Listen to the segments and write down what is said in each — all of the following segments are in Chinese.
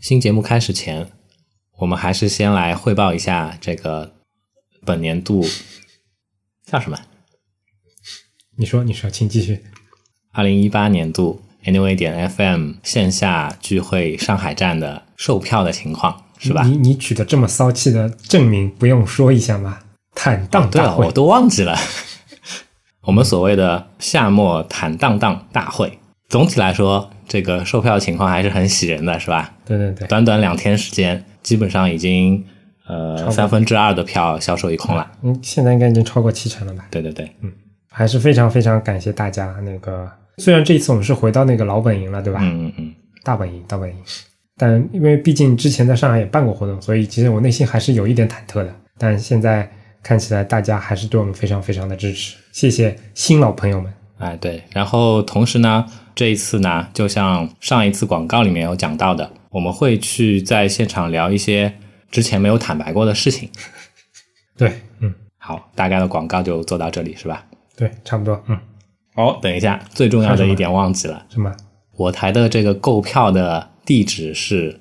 新节目开始前，我们还是先来汇报一下这个本年度叫什么？ 你说，请继续。 2018年度 Anyway.FM 线下聚会上海站的售票的情况，是吧？ 你取得这么骚气的证明，不用说一下吗？坦荡大会， 对，我都忘记了。我们所谓的夏末坦荡荡大会，总体来说，这个售票情况还是很喜人的，是吧？ 对对对， 短短2天时间，基本上已经2/3的票销售一空了。 现在应该已经超过7成了吧？ 对对对， 还是非常非常感谢大家。虽然这一次我们是回到那个老本营了，对吧？大本营，但因为毕竟之前在上海也办过活动，所以其实我内心还是有一点忐忑的。但现在看起来大家还是对我们非常非常的支持，谢谢新老朋友们。 哎，对，然后同时呢，这一次呢，就像上一次广告里面有讲到的，我们会去在现场聊一些之前没有坦白过的事情。 对， 好，大概的广告就做到这里，是吧？ 对，差不多。 等一下，最重要的一点忘记了。 什么？ 我台的这个购票的地址是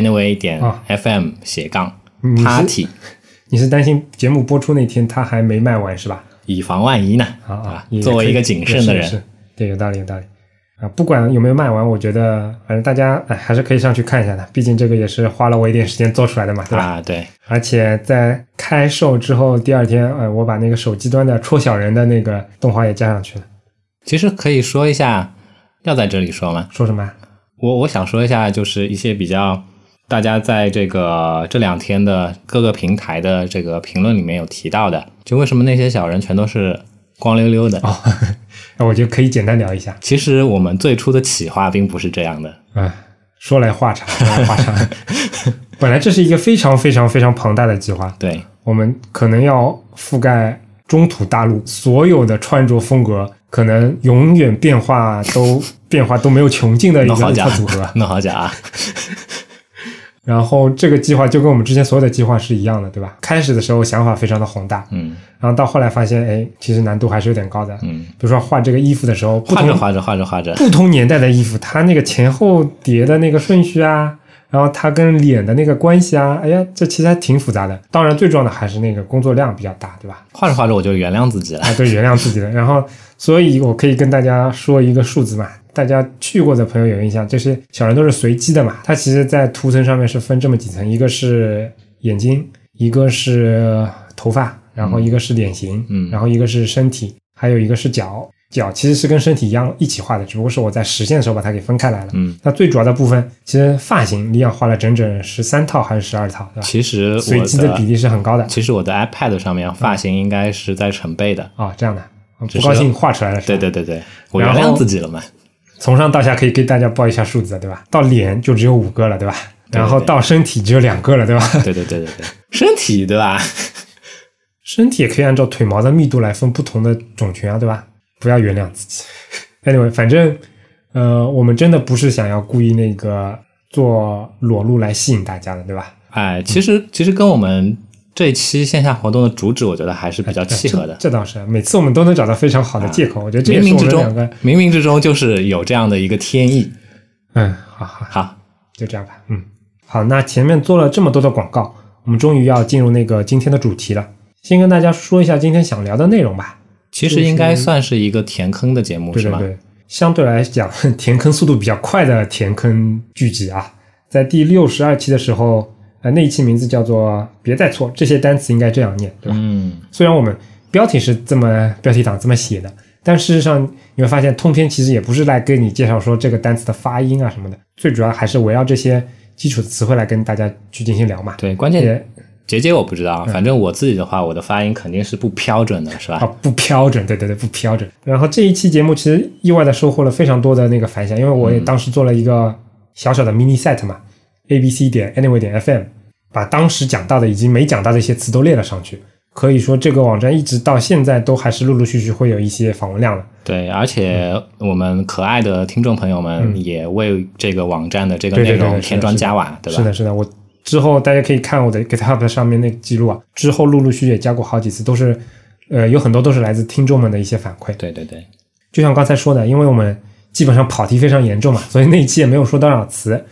anyway.fm/party。 你是担心节目播出那天它还没卖完是吧？ 以防万一呢，作为一个谨慎的人， 是对，有道理啊。不管有没有卖完，我觉得反正大家还是可以上去看一下的，毕竟这个也是花了我一点时间做出来的嘛，对吧？ 对。 而且在开售之后第2天，我把那个手机端的戳小人的那个动画也加上去了。 其实可以说一下，要在这里说吗？ 说什么？ 我想说一下，就是一些比较大家在这2天的各个平台的这个评论里面有提到的，就为什么那些小人全都是光溜溜的我觉得可以简单聊一下。 其实我们最初的企划并不是这样的。 说来话长。本来这是一个非常非常非常庞大的计划， 对， 我们可能要覆盖中土大陆所有的穿着风格，可能永远变化都没有穷尽的一个组合。 那好假啊！ 然后这个计划就跟我们之前所有的计划是一样的，对吧？开始的时候想法非常的宏大，然后到后来发现，其实难度还是有点高的。比如说画这个衣服的时候，画着，不同年代的衣服，它那个前后叠的那个顺序啊，然后它跟脸的那个关系啊，这其实还挺复杂的。当然最重要的还是那个工作量比较大，对吧？ 画着我就原谅自己了。 对，原谅自己了。然后所以我可以跟大家说一个数字嘛，大家去过的朋友有印象，就是小人都是随机的嘛，它其实在图层上面是分这么几层，一个是眼睛，一个是头发，然后一个是脸型，然后一个是身体，还有一个是脚其实是跟身体一样一起画的，只不过是我在实现的时候把它给分开来了。那最主要的部分，其实发型李阳画了整整13套还是12套，对吧？ 其实随机的比例是很高的。 其实我的 iPad 上面发型应该是在成倍的。 这样的，不高兴画出来了是吧？ 对，我原谅自己了嘛。 从上到下可以给大家报一下数字，对吧？到脸就只有5个了，对吧？然后到身体只有2个了，对吧？ 对，身体对吧？ 身体也可以按照腿毛的密度来分不同的种群啊，对吧？不要原谅自己。Anyway， 反正我们真的不是想要故意那个做裸露来吸引大家的，对吧？ 其实跟我们这一期线下活动的主旨，我觉得还是比较契合的。 这倒是，每次我们都能找到非常好的借口。我觉得这也是我们两个冥冥之中就是有这样的一个天意。好， 就这样吧。好，那前面做了这么多的广告，我们终于要进入那个今天的主题了。先跟大家说一下今天想聊的内容吧。 其实应该算是一个填坑的节目，是吗？ 对，相对来讲填坑速度比较快的填坑剧集啊。在第62期的时候，那一期名字叫做别再错，这些单词应该这样念，对吧？虽然我们标题是标题党这么写的，但事实上你会发现通篇其实也不是来跟你介绍说这个单词的发音啊什么的，最主要还是围绕这些基础的词汇来跟大家去进行聊嘛。 对，关键节我不知道，反正我自己的话，我的发音肯定是不标准的，是吧？ 不标准，对，不标准。然后这一期节目其实意外的收获了非常多的那个反响，因为我也当时做了一个小小的 mini site 嘛，abc.anyway.fm， 把当时讲到的以及没讲到的一些词都列了上去。可以说这个网站一直到现在都还是陆陆续续会有一些访问量的。 对，而且我们可爱的听众朋友们也为这个网站的这个内容添砖加瓦，对吧？ 是的，我之后大家可以看我的 GitHub 上面那个记录啊，之后陆陆续续也加过好几次，都是有很多都是来自听众们的一些反馈。 对， 就像刚才说的，因为我们基本上跑题非常严重嘛，所以那一期也没有说多少词，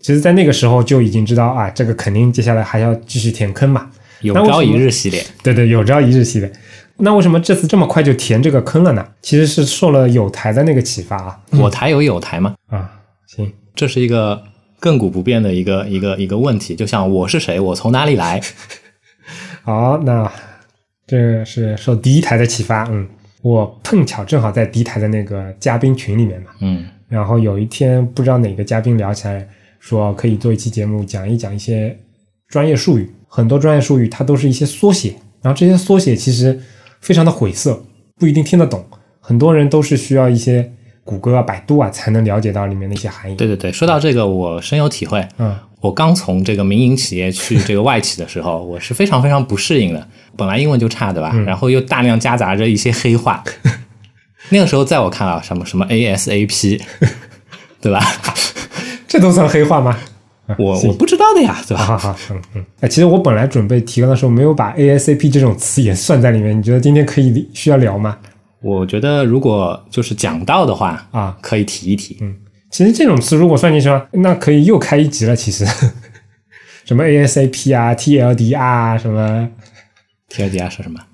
其实在那个时候就已经知道啊，这个肯定接下来还要继续填坑嘛。 有朝一日系列， 对对，有朝一日系列。那为什么这次这么快就填这个坑了呢？其实是受了有台的那个启发啊。 我台有台吗？ 啊，行， 这是一个亘古不变的一个问题，就像我是谁，我从哪里来。 好，那这是受第一台的启发。我碰巧正好在第一台的那个嘉宾群里面嘛。然后有一天不知道哪个嘉宾聊起来，说可以做一期节目讲一讲一些专业术语，很多专业术语它都是一些缩写，然后这些缩写其实非常的晦涩，不一定听得懂，很多人都是需要一些谷歌啊、百度啊才能了解到里面的一些含义。 对对对，说到这个我深有体会。我刚从这个民营企业去这个外企的时候，我是非常非常不适应的。本来英文就差，对吧？然后又大量夹杂着一些黑话。那个时候在我看啊，什么 ASAP， 对吧？ 这都算黑话吗？ 我不知道的呀，对吧？ 其实我本来准备提纲的时候没有把 ASAP 这种词也算在里面，你觉得今天需要聊吗？ 我觉得如果就是讲到的话啊， 可以提一提。 其实这种词如果算进去了，那可以又开一集了。其实什么 ASAP 啊 TLDR 啊，什么 TLDR 是什么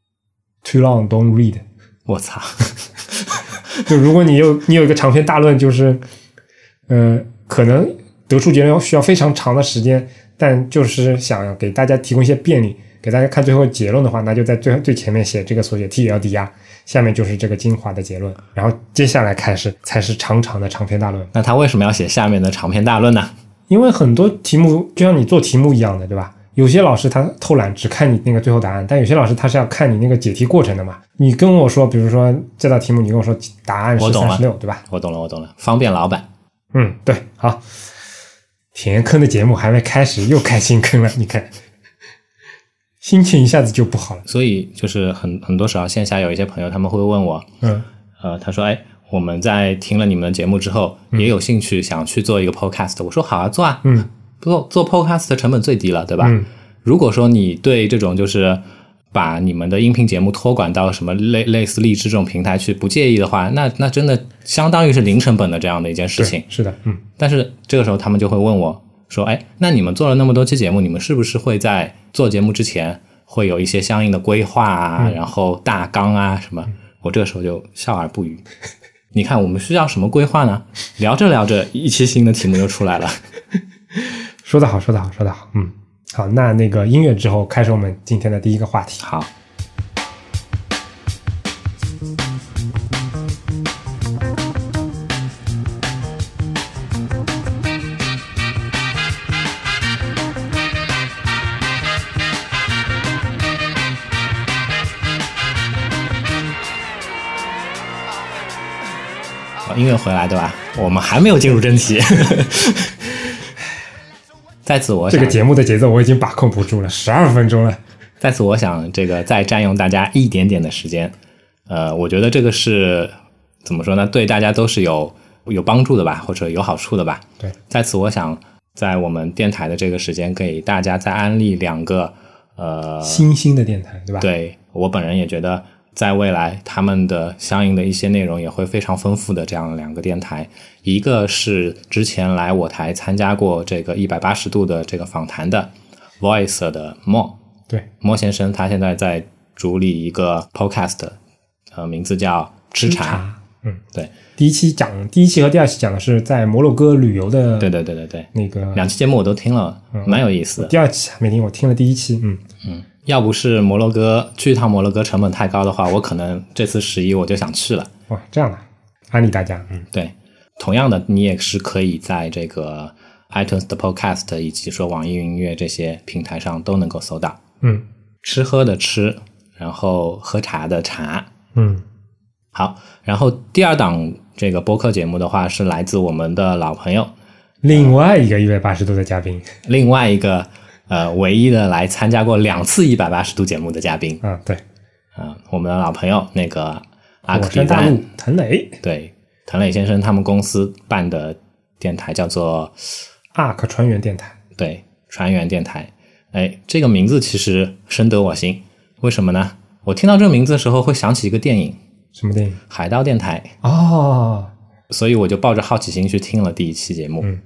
Too long don't read。 我操。 就如果你有一个长篇大论，就是可能得出结论需要非常长的时间，但就是想给大家提供一些便利，给大家看最后结论的话，那就在最前面写这个缩写 TLDR， 下面就是这个精华的结论，然后接下来开始才是长长的长篇大论。 那他为什么要写下面的长篇大论呢？ 因为很多题目就像你做题目一样的，对吧？有些老师他偷懒只看你那个最后答案，但有些老师他是要看你那个解题过程的嘛。你跟我说比如说这道题目你跟我说答案是36，对吧？ 我懂了，方便老板。 对，好，填坑的节目还没开始又开新坑了，你看心情一下子就不好了。 所以就是很多时候线下有一些朋友他们会问我，他说我们在听了你们的节目之后也有兴趣想去做一个 podcast。 我说好啊，做啊。做 podcast 的成本最低了，对吧？如果说你对这种就是把你们的音频节目托管到什么类似荔枝这种平台去不介意的话，那真的相当于是零成本的这样的一件事情。 是的。 但是这个时候他们就会问我说，那你们做了那么多期节目，你们是不是会在做节目之前会有一些相应的规划啊，然后大纲啊什么？我这个时候就笑而不语。你看我们需要什么规划呢？聊着聊着一期新的题目就出来了。 说得好。好，那个音乐之后开始我们今天的第一个话题。 好。音乐回来，对吧？我们还没有进入正题。在此我想这个节目的节奏我已经把控不住了，12分钟了。 在此我想这个再占用大家一点点的时间。我觉得这个是怎么说呢，对大家都是有帮助的吧，或者有好处的吧。 对， 在此我想在我们电台的这个时间给大家再安利2个新兴的电台，对吧？ 对，我本人也觉得在未来他们的相应的一些内容也会非常丰富的这样2个电台。一个是之前来我台参加过这个180度的这个访谈的 Voice 的莫， 对， 莫先生他现在在主理一个 podcast， 名字叫吃茶。对， 第一期和第2期讲的是在摩洛哥旅游的， 对， 那个 2期节目我都听了，蛮有意思的。 第2期还没听，我听了第1期。 要不是去一趟摩洛哥成本太高的话，我可能这次11我就想去了。 哇，这样的，安利大家。 对，同样的你也是可以在这个 iTunes 的 podcast 以及说网易云音乐这些平台上都能够搜到。吃喝的吃，然后喝茶的茶。好，然后第2档这个播客节目的话是来自我们的老朋友， 另外一个180度的嘉宾， 另外一个唯一的来参加过2次180度节目的嘉宾。 对， 我们的老朋友那个阿克山大陆滕磊， 对，滕磊先生他们公司办的电台叫做阿克船员电台。 对，船员电台。这个名字其实深得我心，为什么呢？我听到这个名字的时候会想起一个电影。 什么电影？ 海盗电台。 哦， 所以我就抱着好奇心去听了第1期节目。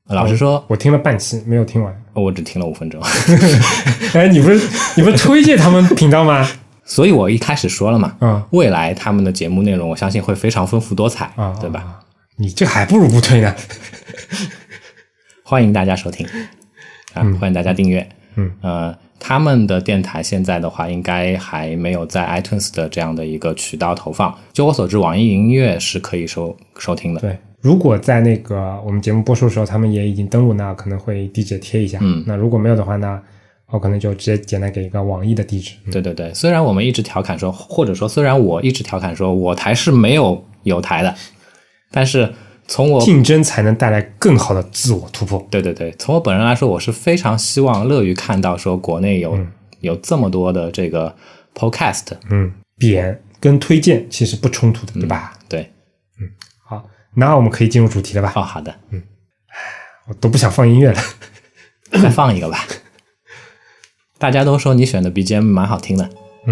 老实说， 我听了半期没有听完， 我只听了5分钟。 哎，你不是推荐他们频道吗？ 所以我一开始说了嘛，未来他们的节目内容我相信会非常丰富多彩，对吧？ 你这还不如不推呢。 欢迎大家收听欢迎大家订阅。他们的电台现在的话应该还没有在 iTunes 的这样的一个渠道投放，就我所知网易音乐是可以收听的。 对，如果在那个我们节目播出的时候他们也已经登录，那可能会地址贴一下。那如果没有的话呢，我可能就直接简单给一个网易的地址。 对对对，虽然我们一直调侃说，或者说虽然我一直调侃说我台是没有台的，但是从我竞争才能带来更好的自我突破。 对对对，从我本人来说，我是非常希望乐于看到说国内有这么多的这个 podcast。 贬跟推荐其实不冲突的，对吧？ 对。 好，那我们可以进入主题了吧？ 好的。 我都不想放音乐了。 再放一个吧。大家都说你选的 BGM 蛮好听的。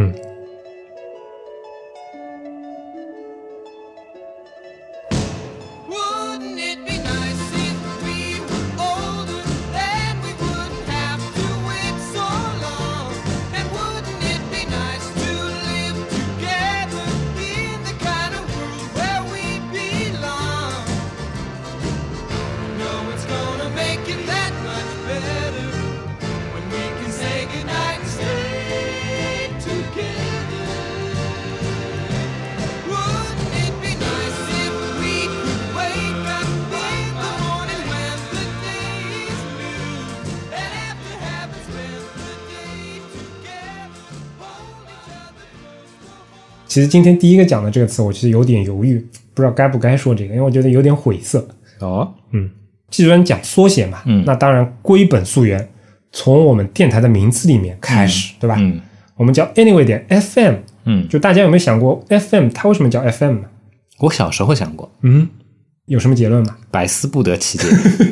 其实今天第一个讲的这个词我其实有点犹豫，不知道该不该说这个，因为我觉得有点晦涩。既然讲缩写嘛，那当然归本溯源，从我们电台的名字里面开始，对吧？我们叫 anyway 点 FM。就大家有没有想过 FM 它为什么叫 FM 呢？ 我小时候想过。 有什么结论吗？ 百思不得其解。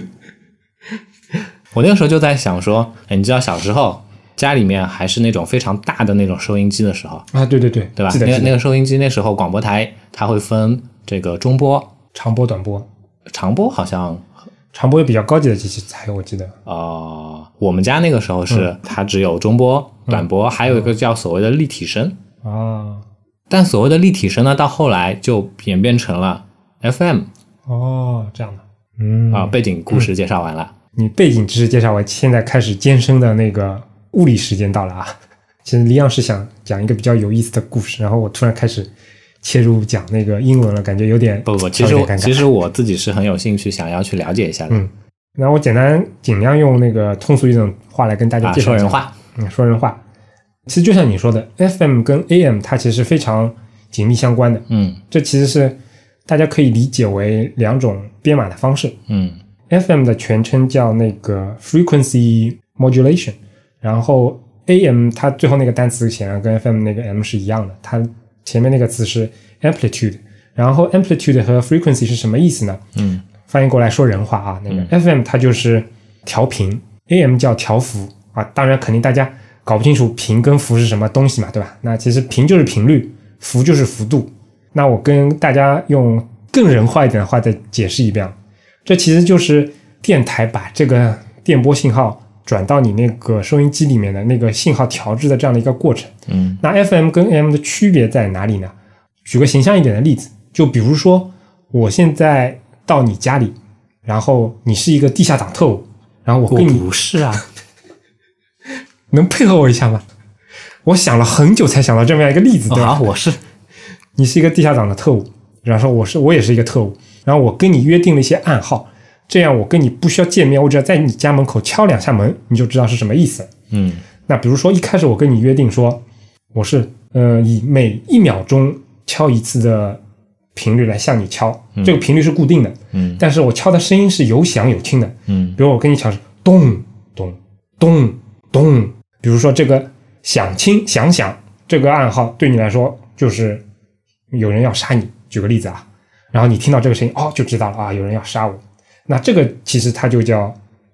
我那个时候就在想说，你知道小时候家里面还是那种非常大的那种收音机的时候啊，对对对， 对吧？那个收音机那时候广播台它会分这个中波、 长波、短波。 长波好像长波有比较高级的机器才有，我记得。 我们家那个时候是它只有中波、短波，还有一个叫所谓的立体声但所谓的立体声呢，到后来就演变成了 FM。 这样的。 背景故事介绍完了。 你背景知识介绍完，现在开始艰深的那个物理时间到了啊！其实李阳是想讲一个比较有意思的故事，然后我突然开始切入讲那个英文了，感觉有点不，其实我自己是很有兴趣想要去了解一下的。 那我尽量用那个通俗一种话来跟大家介绍一下。 说人话。 说人话。其实就像你说的 FM 跟 AM 它其实非常紧密相关的。这其实是大家可以理解为两种编码的方式。FM 的全称叫那个 frequency modulation， 然后 AM 它最后那个单词显然跟 FM 那个 M 是一样的，它前面那个词是 amplitude， 然后 amplitude 和 frequency 是什么意思呢？翻译过来说人话啊，那个 FM 它就是调频，AM 叫调幅啊，当然肯定大家搞不清楚频跟幅是什么东西嘛，对吧？那其实频就是频率，幅就是幅度。那我跟大家用更人话一点的话再解释一遍，这其实就是电台把这个电波信号转到你那个收音机里面的那个信号调制的这样的一个过程。那 FM 跟 AM 的区别在哪里呢？举个形象一点的例子，就比如说我现在到你家里，然后你是一个地下党特务，然后我跟你不是啊， 能配合我一下吗？我想了很久才想到这么样一个例子，对吧？ 我是你是一个地下党的特务，然后我也是一个特务，然后我跟你约定了一些暗号，这样我跟你不需要见面，我只要在你家门口敲2下门，你就知道是什么意思。那比如说一开始我跟你约定说，我是以每1秒钟敲一次的频率来向你敲，这个频率是固定的，但是我敲的声音是有响有轻的，比如我跟你敲是咚咚咚咚，比如说这个响轻响响这个暗号对你来说就是有人要杀你，举个例子啊，然后你听到这个声音就知道了啊，有人要杀我。那这个其实它就叫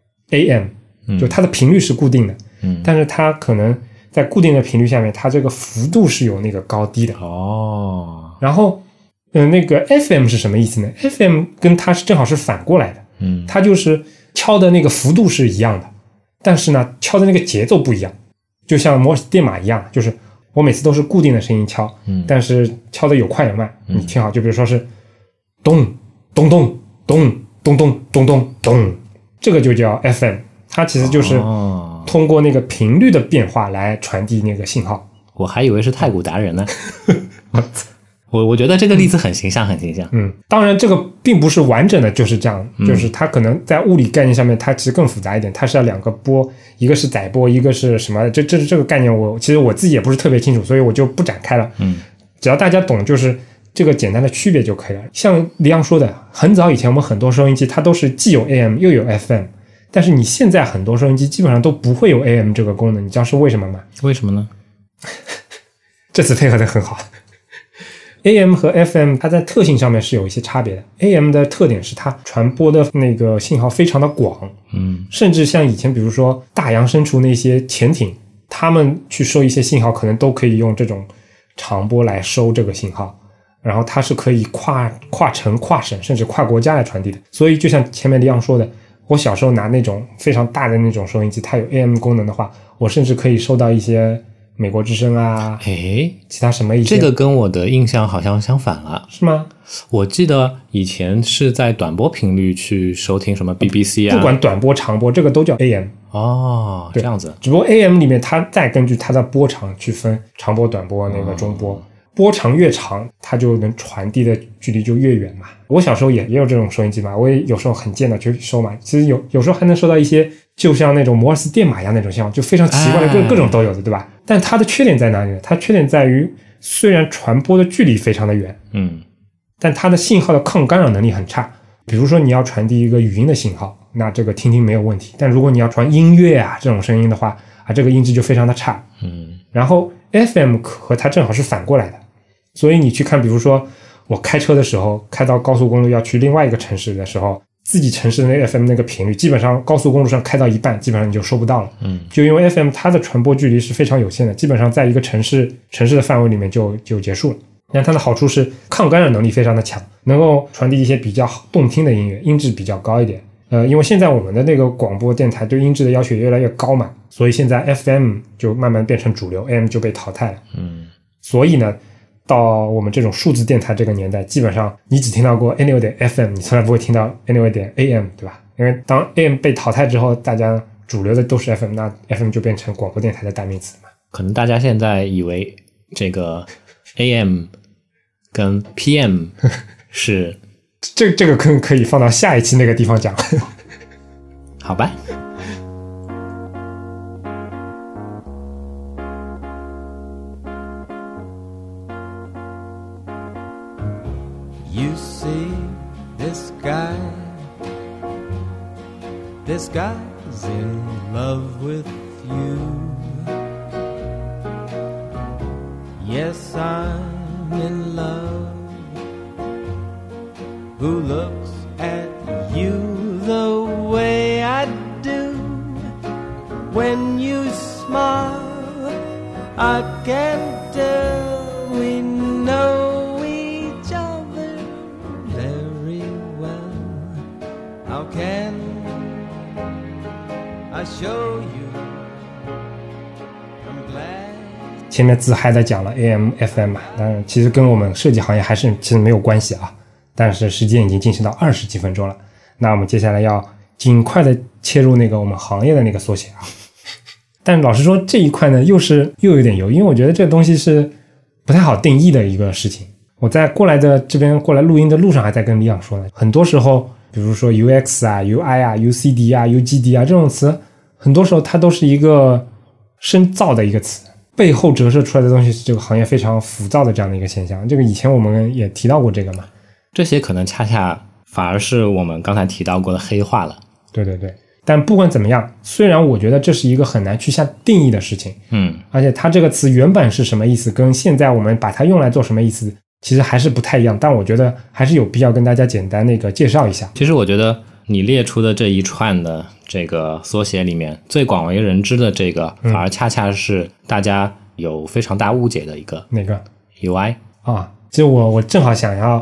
AM，就它的频率是固定的，但是它可能在固定的频率下面，它这个幅度是有那个高低的。然后那个 FM 是什么意思呢？ FM 跟它是正好是反过来的，它就是敲的那个幅度是一样的，但是呢，敲的那个节奏不一样，就像摩尔斯电码一样，就是我每次都是固定的声音敲，但是敲的有快有慢，你听好，就比如说是咚咚咚咚咚咚咚咚咚，这个就叫 FM， 它其实就是通过那个频率的变化来传递那个信号。 我还以为是太鼓达人呢。我觉得这个例子很形象，很形象。 当然这个并不是完整的就是这样，就是它可能在物理概念上面它其实更复杂一点，它是要两个波，一个是载波，一个是什么，这个概念其实我自己也不是特别清楚，所以我就不展开了。只要大家懂就是这个简单的区别就可以了。像李阳说的，很早以前我们很多收音机它都是既有 AM 又有 FM， 但是你现在很多收音机基本上都不会有 AM 这个功能，你知道是为什么吗？ 为什么呢？ 这次配合的很好。AM 和 FM 它在特性上面是有一些差别的。AM 的特点是它传播的那个信号非常的广，甚至像以前比如说大洋深处那些潜艇，他们去收一些信号可能都可以用这种长波来收这个信号，然后它是可以跨城跨省甚至跨国家来传递的。所以就像前面李阳说的，我小时候拿那种非常大的那种收音机，它有 AM 功能的话，我甚至可以收到一些美国之声啊，其他什么一些。 这个跟我的印象好像相反了。 是吗？ 我记得以前是在短波频率去收听什么 BBC 啊， 不管短波长波这个都叫 AM。 这样子。 只不过 AM 里面它再根据它的波长去分长波短波那个中波，波长越长它就能传递的距离就越远嘛。我小时候也有这种收音机嘛，我也有时候很贱的去收嘛，其实有时候还能收到一些就像那种摩尔斯电码一样那种信号，就非常奇怪的各种都有的，对吧？但它的缺点在哪里呢？它缺点在于虽然传播的距离非常的远，但它的信号的抗干扰能力很差。比如说你要传递一个语音的信号，那这个听听没有问题，但如果你要传音乐啊这种声音的话这个音质就非常的差。然后 FM 和它正好是反过来的，所以你去看，比如说我开车的时候开到高速公路要去另外一个城市的时候，自己城市的那个 FM 那个频率基本上高速公路上开到一半基本上你就收不到了。就因为 FM 它的传播距离是非常有限的，基本上在一个城市的范围里面就结束了。但它的好处是抗干扰能力非常的强，能够传递一些比较动听的音乐，音质比较高一点。因为现在我们的那个广播电台对音质的要求越来越高嘛，所以现在 FM 就慢慢变成主流， AM 就被淘汰了。所以呢到我们这种数字电台这个年代，基本上你只听到过 Anyway.FM， 你从来不会听到 Anyway.AM， 对吧？因为当 AM 被淘汰之后，大家主流的都是 FM， 那 FM 就变成广播电台的代名词嘛。 可能大家现在以为这个 AM 跟 PM 是这个可以放到下一期那个地方讲。 好吧。 You see this guy's in love with you. Yes, I'm in love. Who looks at you the way I do? When you smile, I can tell we know each other very well. How can I show you I'm glad? 前面自嗨的讲了 AM FM 嘛，当然其实跟我们设计行业还是其实没有关系啊。但是时间已经进行到20几分钟了，那我们接下来要尽快的切入那个我们行业的那个缩写啊。但老实说这一块呢又有点油，因为我觉得这个东西是不太好定义的一个事情。我在这边过来录音的路上还在跟李阳说呢，很多时候比如说 UX 啊 UI 啊 UCD 啊 UGD 啊这种词，很多时候它都是一个深造的一个词，背后折射出来的东西是这个行业非常浮躁的这样的一个现象。这个以前我们也提到过这个嘛， 这些可能恰恰反而是我们刚才提到过的黑化了。 对对对，但不管怎么样，虽然我觉得这是一个很难去下定义的事情，而且它这个词原本是什么意思，跟现在我们把它用来做什么意思，其实还是不太一样。但我觉得还是有必要跟大家简单那个介绍一下。 其实我觉得你列出的这一串的这个缩写里面，最广为人知的这个，反而恰恰是大家有非常大误解的一个。 哪个 UI 啊？其实我正好想要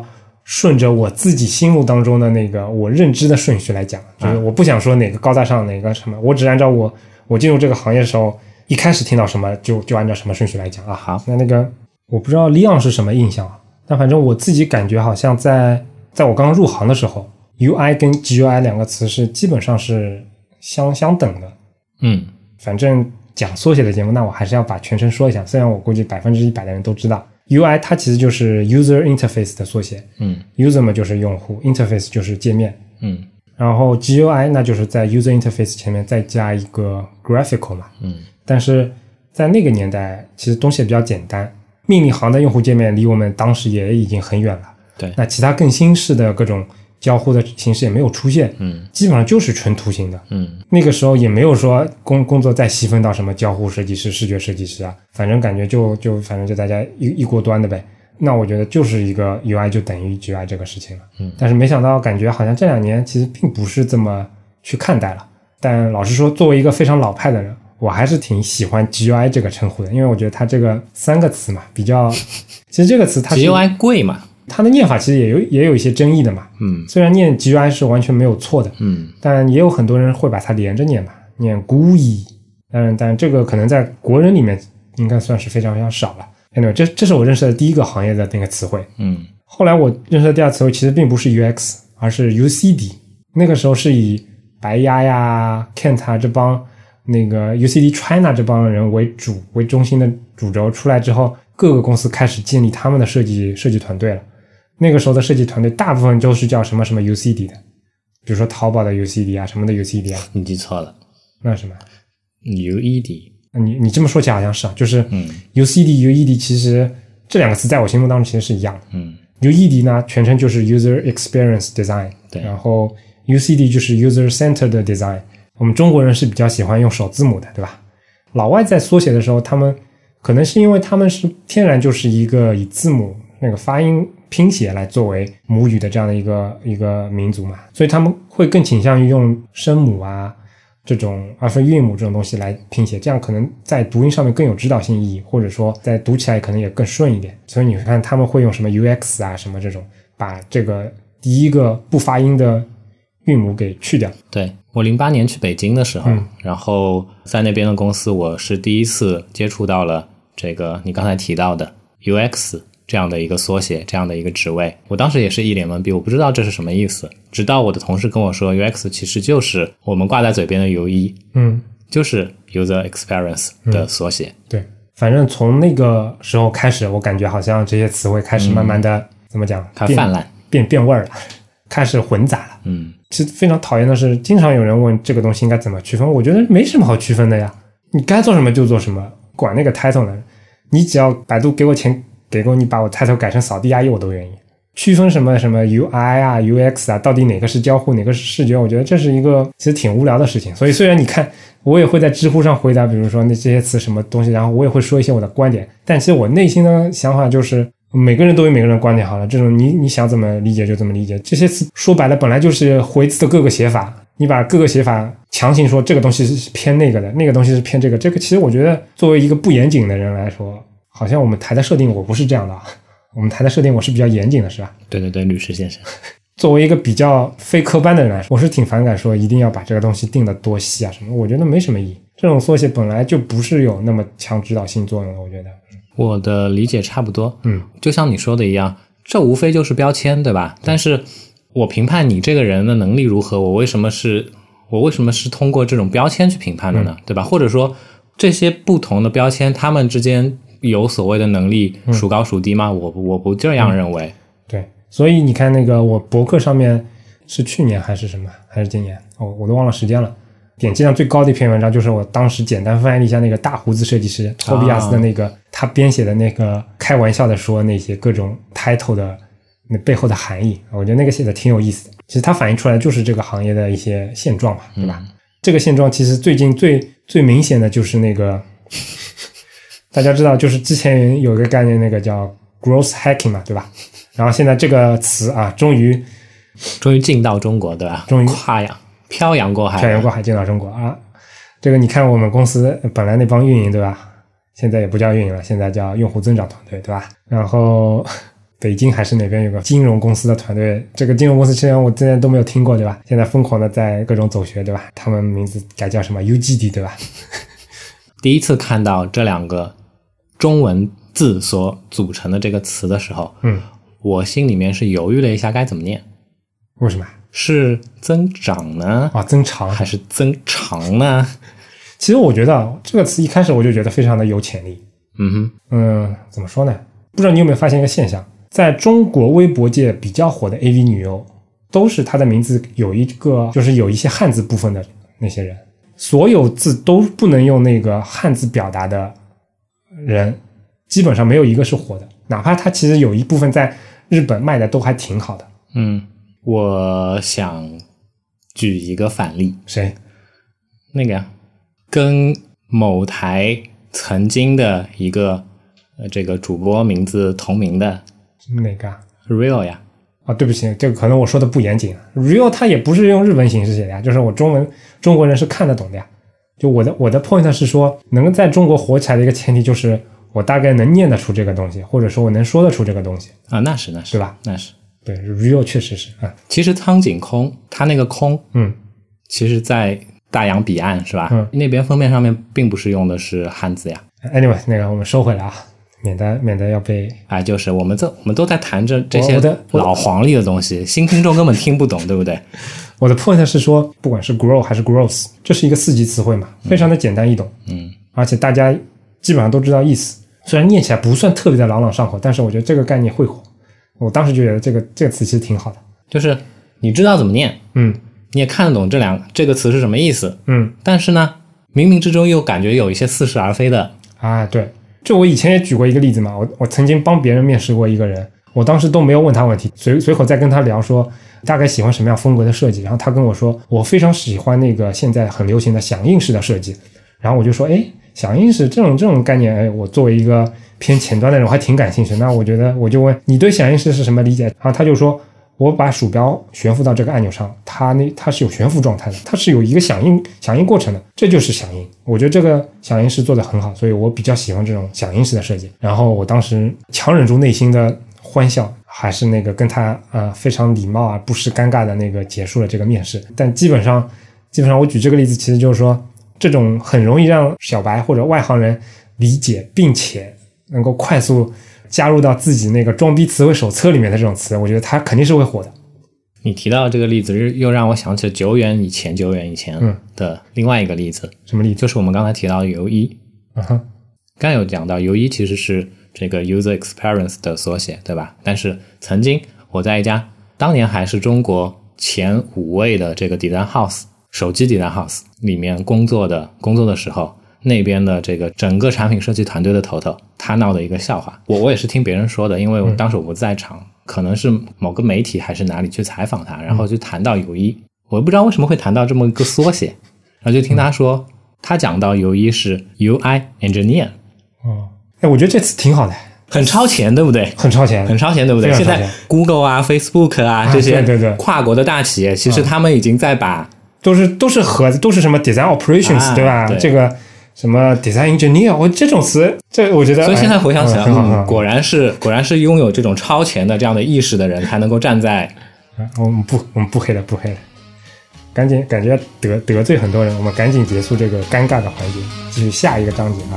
顺着我自己心目当中的那个我认知的顺序来讲，就是我不想说哪个高大上哪个什么，我只按照我进入这个行业的时候一开始听到什么就按照什么顺序来讲啊。 好， 那个我不知道 Leon 是什么印象啊，但反正我自己感觉好像在我刚刚入行的时候 UI 跟 GUI 两个词是基本上是相等的。反正讲缩写的节目，那我还是要把全称说一下，虽然我估计100%的人都知道。UI 它其实就是 user interface 的缩写，user 嘛就是用户 ，interface 就是界面，然后 GUI 那就是在 user interface 前面再加一个 graphical 嘛，但是在那个年代其实东西也比较简单，命令行的用户界面离我们当时也已经很远了， 对， 那其他更新式的各种交互的形式也没有出现，基本上就是纯图形的，那个时候也没有说工作再细分到什么交互设计师、视觉设计师啊，反正感觉反正就大家一锅端的呗。那我觉得就是一个 UI 就等于 GUI 这个事情了，但是没想到感觉好像这2年其实并不是这么去看待了。但老实说，作为一个非常老派的人，我还是挺喜欢 GUI 这个称呼的，因为我觉得它这个3个词嘛比较，其实这个词它是 GUI 贵嘛。 它的念法其实也有一些争议的嘛，虽然念 GUI 是完全没有错的，但也有很多人会把它连着念嘛，念 GUI， 但这个可能在国人里面应该算是非常非常少了。Anyway， 这是我认识的第一个行业的那个词汇，后来我认识的第二词汇其实并不是 UX， 而是 UCD， 那个时候是以白鸭呀、Kent 啊这帮那个 UCD China 这帮人为中心的主轴出来之后，各个公司开始建立他们的设计团队了。那个时候的设计团队大部分都是叫什么什么 UCD 的，比如说淘宝的 UCD 啊，什么的 UCD 啊。 你记错了， 那是什么 UED？ 你这么说起来好像是啊，就是 UCD、UED 其实这2个词在我心目当中其实是一样的。UED 呢全称就是 User Experience Design， 对， 然后 UCD 就是 User Centered Design。我们中国人是比较喜欢用首字母的，对吧？老外在缩写的时候，他们可能是因为他们是天然就是一个以字母那个发音拼写来作为母语的这样的一个民族嘛，所以他们会更倾向于用声母啊这种而非韵母这种东西来拼写，这样可能在读音上面更有指导性意义，或者说在读起来可能也更顺一点。所以你看他们会用什么 UX 啊什么这种，把这个第一个不发音的韵母给去掉。 对，我08年去北京的时候，然后在那边的公司我是第一次接触到了这个你刚才提到的 UX这样的一个缩写，这样的一个职位，我当时也是一脸懵逼，我不知道这是什么意思，直到我的同事跟我说 UX 其实就是我们挂在嘴边的 UE， 就是 User Experience 的缩写。 对，反正从那个时候开始，我感觉好像这些词汇开始慢慢的怎么讲， 它泛滥， 变味儿了，开始混杂了。其实非常讨厌的是，经常有人问这个东西应该怎么区分，我觉得没什么好区分的呀，你该做什么就做什么，管那个 title 呢，你只要百度给我钱，给够你把我 title 改成扫地阿姨我都愿意。区分什么 UI 啊 UX 啊，到底哪个是交互哪个是视觉，我觉得这是一个其实挺无聊的事情。所以虽然你看我也会在知乎上回答比如说那这些词什么东西，然后我也会说一些我的观点，但其实我内心的想法就是每个人都有每个人的观点好了，这种你想怎么理解就怎么理解，这些词说白了本来就是回字的各个写法，你把各个写法强行说这个东西是偏那个的，那个东西是偏这个其实我觉得作为一个不严谨的人来说，好像我们台的设定我不是这样的，我们台的设定我是比较严谨的，是吧？ 对对对，律师先生。 作为一个比较非科班的人来说，我是挺反感说一定要把这个东西定得多细啊什么，我觉得没什么意义。这种缩写本来就不是有那么强指导性作用的，我觉得。 我的理解差不多，就像你说的一样，这无非就是标签，对吧？但是我评判你这个人的能力如何，我为什么是通过这种标签去评判的呢？对吧？或者说这些不同的标签，他们之间有所谓的能力孰高孰低吗？我不这样认为。 对，所以你看那个我博客上面是去年还是什么，还是今年，我都忘了时间了。点击量最高的一篇文章就是我当时简单翻译了一下那个大胡子设计师托比亚斯的那个他编写的那个开玩笑的说那些各种 title 的那背后的含义，我觉得那个写的挺有意思的。其实它反映出来就是这个行业的一些现状嘛，对吧？这个现状其实最近最明显的就是那个大家知道就是之前有一个概念那个叫 growth hacking 嘛，对吧？然后现在这个词啊终于进到中国，对吧？ 终于漂洋过海进到中国啊！这个你看我们公司本来那帮运营对吧，现在也不叫运营了，现在叫用户增长团队对吧？然后北京还是哪边有个金融公司的团队，这个金融公司虽然我之前都没有听过，对吧？现在疯狂的在各种走学，对吧？他们名字改叫什么 UGD， 对吧？ 第一次看到这两个中文字所组成的这个词的时候，我心里面是犹豫了一下该怎么念。 为什么？ 是增长呢？ 增长还是增长呢？ 其实我觉得这个词一开始我就觉得非常的有潜力。怎么说呢？不知道你有没有发现一个现象，在中国微博界比较火的 AV 女优，都是她的名字有一个就是有一些汉字部分的那些人，所有字都不能用那个汉字表达的人，基本上没有一个是火的，哪怕他其实有一部分在日本卖的都还挺好的。 我想举一个反例。 谁？ 那个呀，跟某台曾经的一个这个主播名字同名的。 哪个 Real 呀。 对不起，这个可能我说的不严谨。Real 它也不是用日文形式写的呀，就是我中国人是看得懂的呀。就我的 point 是说，能在中国火起来的一个前提就是我大概能念得出这个东西，或者说我能说得出这个东西啊，那是对吧？ 那是对 Real 确实是啊。 其实苍井空他那个空，其实在大洋彼岸是吧？那边封面上面并不是用的是汉字呀。 Anyway， 那个我们收回来啊，免得要被就是我们都在谈着这些老黄历的东西，新听众根本听不懂，对不对？ 我的 point 是说，不管是 grow 还是 growth， 这是一个4级词汇嘛，非常的简单易懂，而且大家基本上都知道意思，虽然念起来不算特别的朗朗上口，但是我觉得这个概念会火。我当时就觉得这个词其实挺好的， 就是你知道怎么念，你也看得懂这个词是什么意思，但是呢，冥冥之中又感觉有一些似是而非的对，就我以前也举过一个例子嘛，我曾经帮别人面试过一个人，我当时都没有问他问题，随口再跟他聊说大概喜欢什么样风格的设计，然后他跟我说我非常喜欢那个现在很流行的响应式的设计，然后我就说响应式这种概念，我作为一个偏前端的人我还挺感兴趣，那我觉得我就问你对响应式是什么理解，然后他就说我把鼠标悬浮到这个按钮上，它是有悬浮状态的，它是有一个响应过程的，这就是响应。我觉得这个响应式做得很好，所以我比较喜欢这种响应式的设计。然后我当时强忍住内心的欢笑，还是那个跟他非常礼貌不失尴尬的那个结束了这个面试。但基本上我举这个例子，其实就是说这种很容易让小白或者外行人理解，并且能够快速加入到自己那个装逼词汇手册里面的这种词，我觉得它肯定是会火的。 你提到这个例子又让我想起了久远以前的另外一个例子。 什么例子？ 就是我们刚才提到的游一。刚才有讲到游一其实是这个 user experience 的缩写，对吧？但是曾经我在一家当年还是中国前5位的这个 design house 手机 design house 里面工作的时候，那边的这个整个产品设计团队的头他闹的一个笑话，我也是听别人说的，因为当时我不在场，可能是某个媒体还是哪里去采访他，然后就谈到游一，我也不知道为什么会谈到这么一个缩写，然后就听他说他讲到游一是 UI engineer。 我觉得这词挺好的， 很超前，对不对？ 很超前， 对不对？现在 Google Facebook 这些跨国的大企业，其实他们已经在把都是盒子，都是什么 design operations，对吧？这个什么 design engineer， 这种词，这我觉得。 所以现在回想起来，果然是拥有这种超前的这样的意识的人，才能够站在。 我们不黑了，赶紧感觉得罪很多人，我们赶紧结束这个尴尬的环节，继续下一个章节啊。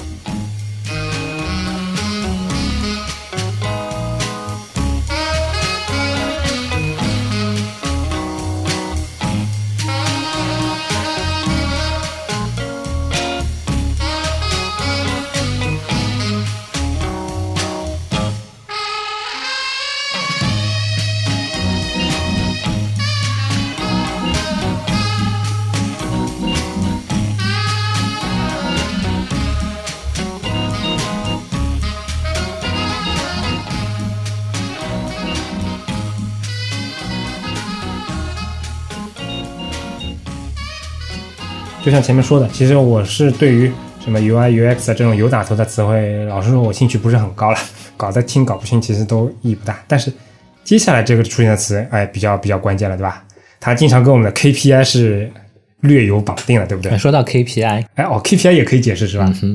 就像前面说的，其实我是对于什么 UI UX 这种有打头的词汇，老实说我兴趣不是很高了，搞得听搞不清其实都意义不大。但是接下来这个出现的词比较关键了，对吧？它经常跟我们的 KPI 是略有绑定了，对不对？ 说到 KPI， KPI 也可以解释是吧？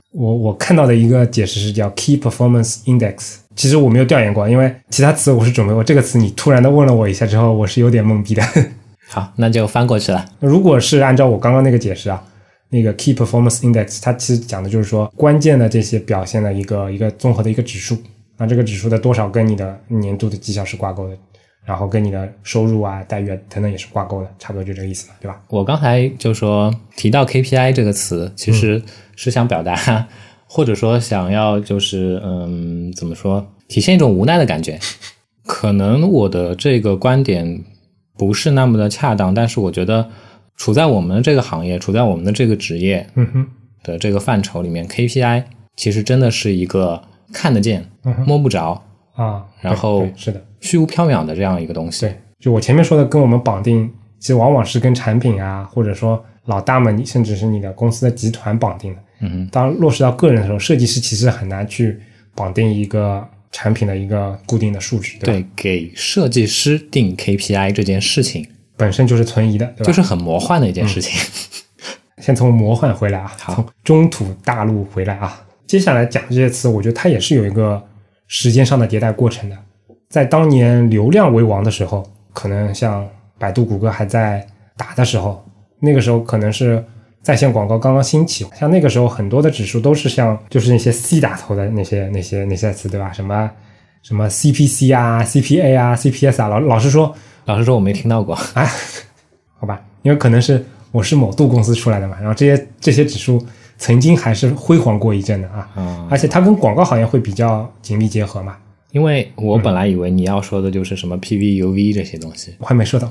我看到的一个解释是叫 Key Performance Index， 其实我没有调研过，因为其他词我是准备过，这个词你突然的问了我一下之后，我是有点懵逼的。 好，那就翻过去了。 如果是按照我刚刚那个解释啊，那个 Key Performance Index 它其实讲的就是说关键的这些表现的一个综合的一个指数，那这个指数的多少跟你的年度的绩效是挂钩的，然后跟你的收入啊待遇啊等等也是挂钩的，差不多就这个意思了，对吧？ 我刚才就说提到 KPI 这个词，其实是想表达或者说想要就是怎么说，体现一种无奈的感觉。可能我的这个观点不是那么的恰当，但是我觉得处在我们的这个行业，处在我们的这个职业的这个范畴里面，KPI 其实真的是一个看得见、摸不着啊， 然后是的， 虚无缥缈的这样一个东西。 对，就我前面说的跟我们绑定，其实往往是跟产品啊，或者说老大们甚至是你的公司的集团绑定的。当落实到个人的时候，设计师其实很难去绑定一个产品的一个固定的数值，对吧？ 对，给设计师定 KPI 这件事情本身就是存疑的，对吧？ 就是很魔幻的一件事情。 先从魔幻回来啊，从中土大陆回来啊。接下来讲这些词，我觉得它也是有一个时间上的迭代过程的。在当年流量为王的时候，可能像百度、谷歌还在打的时候，那个时候可能是在线广告刚刚兴起，像那个时候很多的指数都是像就是那些 C 打头的那些词，对吧？什么 CPC 啊 CPA 啊 CPS 啊，老实说我没听到过啊，好吧，因为可能是我是某度公司出来的嘛，然后这些指数曾经还是辉煌过一阵的啊，而且它跟广告行业会比较紧密结合嘛。 因为我本来以为你要说的就是什么 PV、UV 这些东西， 我还没说到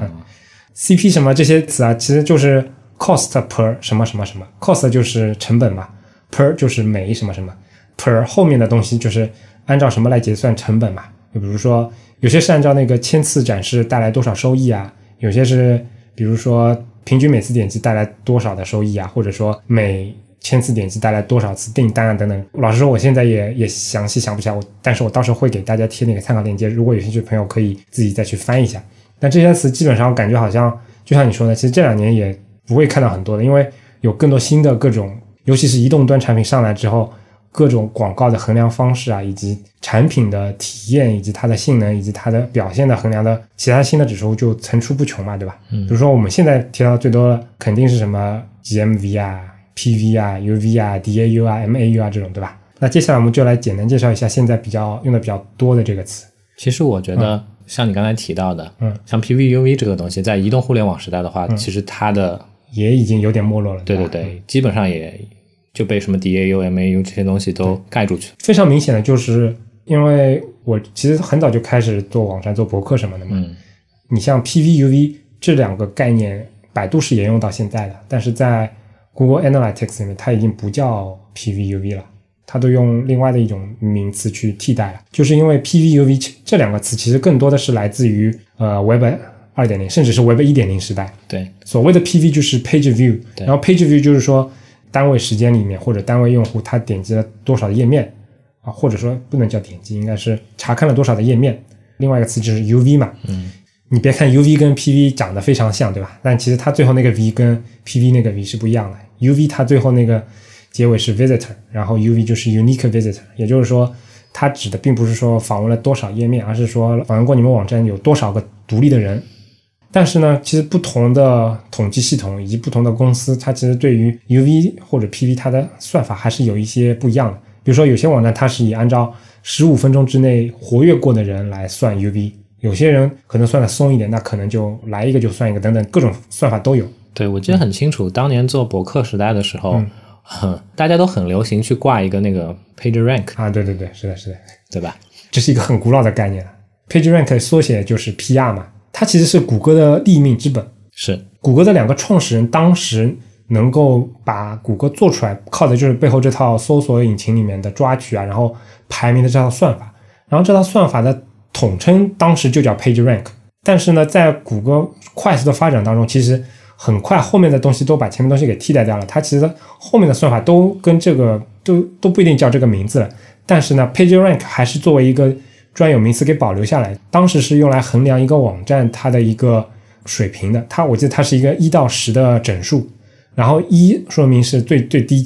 CP 什么这些词啊，其实就是 cost per 什么什么什么 ，cost 就是成本嘛 ，per 就是每什么什么 ，per 后面的东西就是按照什么来结算成本嘛。就比如说有些是按照那个千次展示带来多少收益啊，有些是比如说平均每次点击带来多少的收益啊，或者说每千次点击带来多少次订单啊等等。老实说我现在也详细想不起来，但是我到时候会给大家贴那个参考链接，如果有兴趣的朋友可以自己再去翻一下。但这些词基本上我感觉好像就像你说的，其实这2年也不会看到很多的，因为有更多新的各种，尤其是移动端产品上来之后，各种广告的衡量方式啊，以及产品的体验，以及它的性能，以及它的表现的衡量的其他新的指数就层出不穷嘛，对吧？比如说我们现在提到最多的肯定是什么 GMV 啊 PV 啊 UV 啊 DAU 啊 MAU 啊这种，对吧？那接下来我们就来简单介绍一下现在用的比较多的这个词。 其实我觉得像你刚才提到的像 PV、UV 这个东西，在移动互联网时代的话其实它的也已经有点没落了， 对，基本上也就被什么 DAU、MAU 这些东西都盖住去。 非常明显的就是因为我其实很早就开始做网站做博客什么的嘛，你像 PV、UV 这2个概念百度是沿用到现在的，但是在 Google Analytics 里面它已经不叫 PV、UV 了，它都用另外的一种名词去替代了。就是因为 PV、UV 这2个词其实更多的是来自于Web 2.0 甚至是 Web 1.0 时代。 对， 所谓的 PV 就是 Page View， 然后 Page View 就是说单位时间里面或者单位用户他点击了多少的页面啊，或者说不能叫点击，应该是查看了多少的页面。另外一个词就是 UV 嘛，你别看 UV 跟 PV 长得非常像，对吧？但其实它最后那个 V 跟 PV 那个 V 是不一样的。UV 它最后那个结尾是 visitor， 然后 UV 就是 unique visitor， 也就是说它指的并不是说访问了多少页面，而是说访问过你们网站有多少个独立的人。但是呢，其实不同的统计系统以及不同的公司，它其实对于 UV 或者 PV 它的算法还是有一些不一样的。比如说有些网站它是以按照15分钟之内活跃过的人来算 UV， 有些人可能算的松一点，那可能就来一个就算一个等等，各种算法都有。 对，我记得很清楚，当年做博客时代的时候大家都很流行去挂一个那个 PageRank 啊，对，是的， 对吧？ 这是一个很古老的概念了。PageRank 缩写就是 PR 嘛，它其实是谷歌的立命之本。 是谷歌的2个创始人当时能够把谷歌做出来，靠的就是背后这套搜索引擎里面的抓取啊，然后排名的这套算法。然后这套算法的统称当时就叫 PageRank。但是呢，在谷歌快速的发展当中，其实很快后面的东西都把前面东西给替代掉了，它其实后面的算法都跟这个都不一定叫这个名字了。但是呢 PageRank 还是作为一个专有名词给保留下来，当时是用来衡量一个网站它的一个水平的。我记得它是一个1到10的整数，然后1说明是最低级的，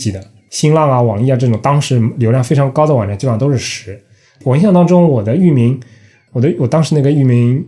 新浪啊、网易啊这种当时流量非常高的网站基本上都是10。我印象当中我的域名，我当时那个域名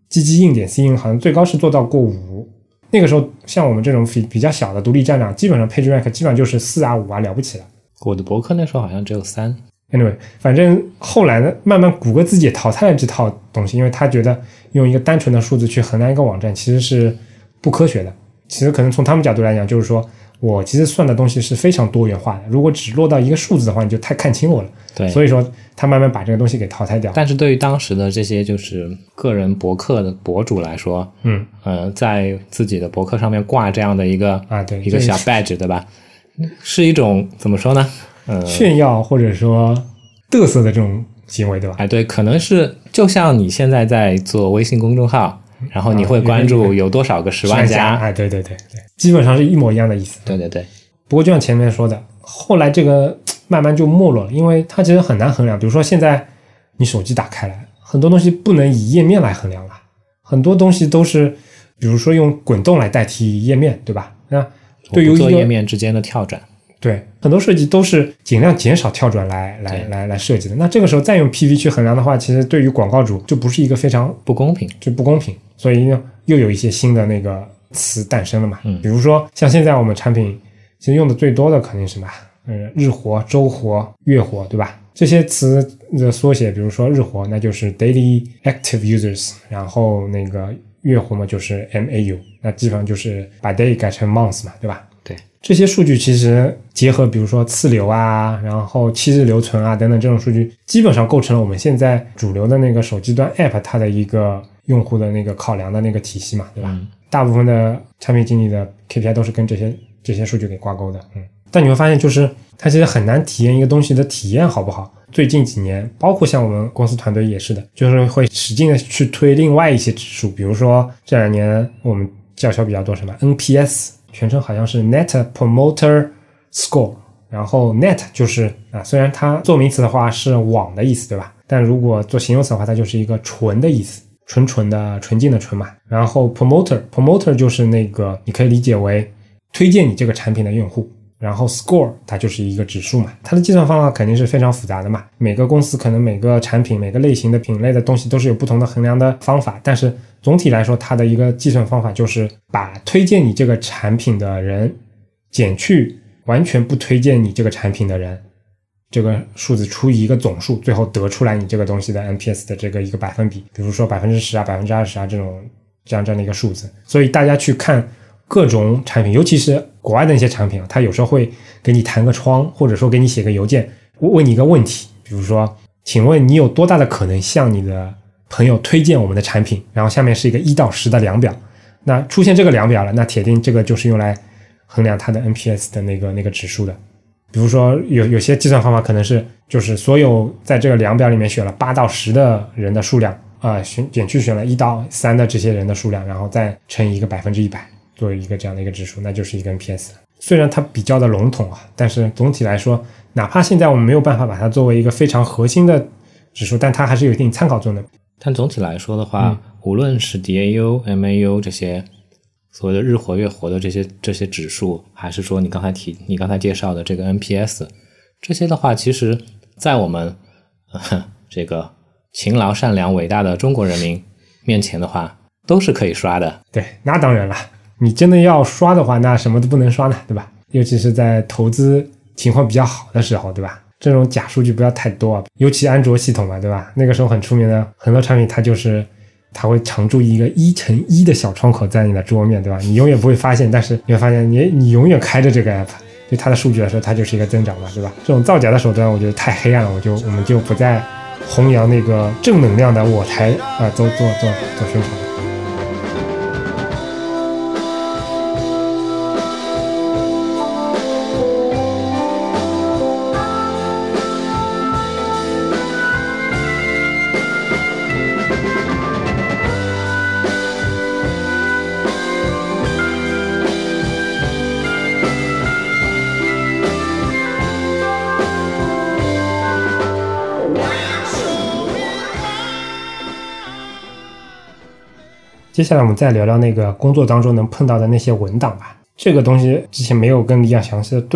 ggin.cn 好像最高是做到过5。那个时候像我们这种比较小的独立站长，基本上 PageRank 基本上就是4啊5啊了不起了。 我的博客那时候好像只有3。 Anyway， 反正后来呢，慢慢谷歌自己也淘汰了这套东西，因为他觉得用一个单纯的数字去衡量一个网站其实是不科学的。其实可能从他们角度来讲，就是说我其实算的东西是非常多元化的，如果只落到一个数字的话，你就太看清我了。 对， 所以说他慢慢把这个东西给淘汰掉。 但是对于当时的这些就是个人博客的博主来说，在自己的博客上面挂这样的一个对一个小 badge， 对吧？是一种怎么说呢？ 炫耀或者说嘚瑟的这种行为，对吧？ 对，可能是就像你现在在做微信公众号，然后你会关注有多少个10万加， 对，基本上是一模一样的意思。 对。 不过就像前面说的，后来这个慢慢就没落了，因为它其实很难衡量。比如说现在你手机打开来，很多东西不能以页面来衡量了，很多东西都是比如说用滚动来代替页面，对吧？那对于一个页面之间的跳转， 对，很多设计都是尽量减少跳转来设计的。那这个时候再用 PV 去衡量的话，其实对于广告主就不是一个非常不公平， 所以呢，又有一些新的那个词诞生了嘛。比如说像现在我们产品其实用的最多的肯定是什么？日活、周活、月活，对吧？这些词的缩写，比如说日活，那就是 Daily Active Users， 然后那个月活嘛就是 MAU， 那基本上就是把 Day 改成 Month 嘛，对吧？ 对， 这些数据其实结合比如说次流啊，然后7日留存啊等等这种数据，基本上构成了我们现在主流的那个手机端 App 它的一个用户的那个考量的那个体系嘛，对吧？大部分的产品经理的 KPI 都是跟这些数据给挂钩的。但你会发现就是它其实很难体验一个东西的体验好不好。最近几年包括像我们公司团队也是的，就是会使劲的去推另外一些指数，比如说这2年我们叫嚣比较多什么 NPS，全称好像是 Net Promoter Score， 然后 Net 就是虽然它做名词的话是网的意思，对吧？但如果做形容词的话，它就是一个纯的意思，纯净的纯嘛。然后 Promoter 就是那个你可以理解为推荐你这个产品的用户，然后 Score 它就是一个指数嘛。它的计算方法肯定是非常复杂的嘛，每个公司可能每个产品每个类型的品类的东西都是有不同的衡量的方法，但是总体来说它的一个计算方法就是把推荐你这个产品的人减去完全不推荐你这个产品的人，这个数字除以一个总数，最后得出来你这个东西的 NPS 的这个一个百分比，比如说 10% 啊 20% 啊这样的一个数字。所以大家去看各种产品，尤其是国外的一些产品它有时候会给你弹个窗，或者说给你写个邮件问你一个问题，比如说请问你有多大的可能向你的朋友推荐我们的产品，然后下面是一个1到10的量表，那出现这个量表了，那铁定这个就是用来衡量它的 NPS 的那个指数的。比如说有些计算方法可能是就是所有在这个量表里面选了8到10的人的数量减去选了1到3的这些人的数量，然后再乘以一个100%作为一个这样的一个指数，那就是一个 NPS。 虽然它比较的笼统但是总体来说哪怕现在我们没有办法把它作为一个非常核心的指数，但它还是有一定参考作用的。 但总体来说的话无论是 DAU、MAU 这些所谓的日活月活的这些指数，还是说你刚才介绍的这个 NPS， 这些的话其实在我们这个勤劳善良伟大的中国人民面前的话都是可以刷的。 对，那当然了，你真的要刷的话那什么都不能刷呢，对吧？尤其是在投资情况比较好的时候，对吧？这种假数据不要太多尤其安卓系统嘛，对吧？那个时候很出名的很多产品它会常驻一个1×1的小窗口在你的桌面，对吧？你永远不会发现，但是你会发现你永远开着这个 app， 对它的数据来说它就是一个增长嘛，对吧？这种造假的手段我觉得太黑暗了，我们就不再弘扬那个正能量的我才做宣传了。接下来我们再聊聊那个工作当中能碰到的那些文档吧。这个东西之前没有跟李阳详细的对过，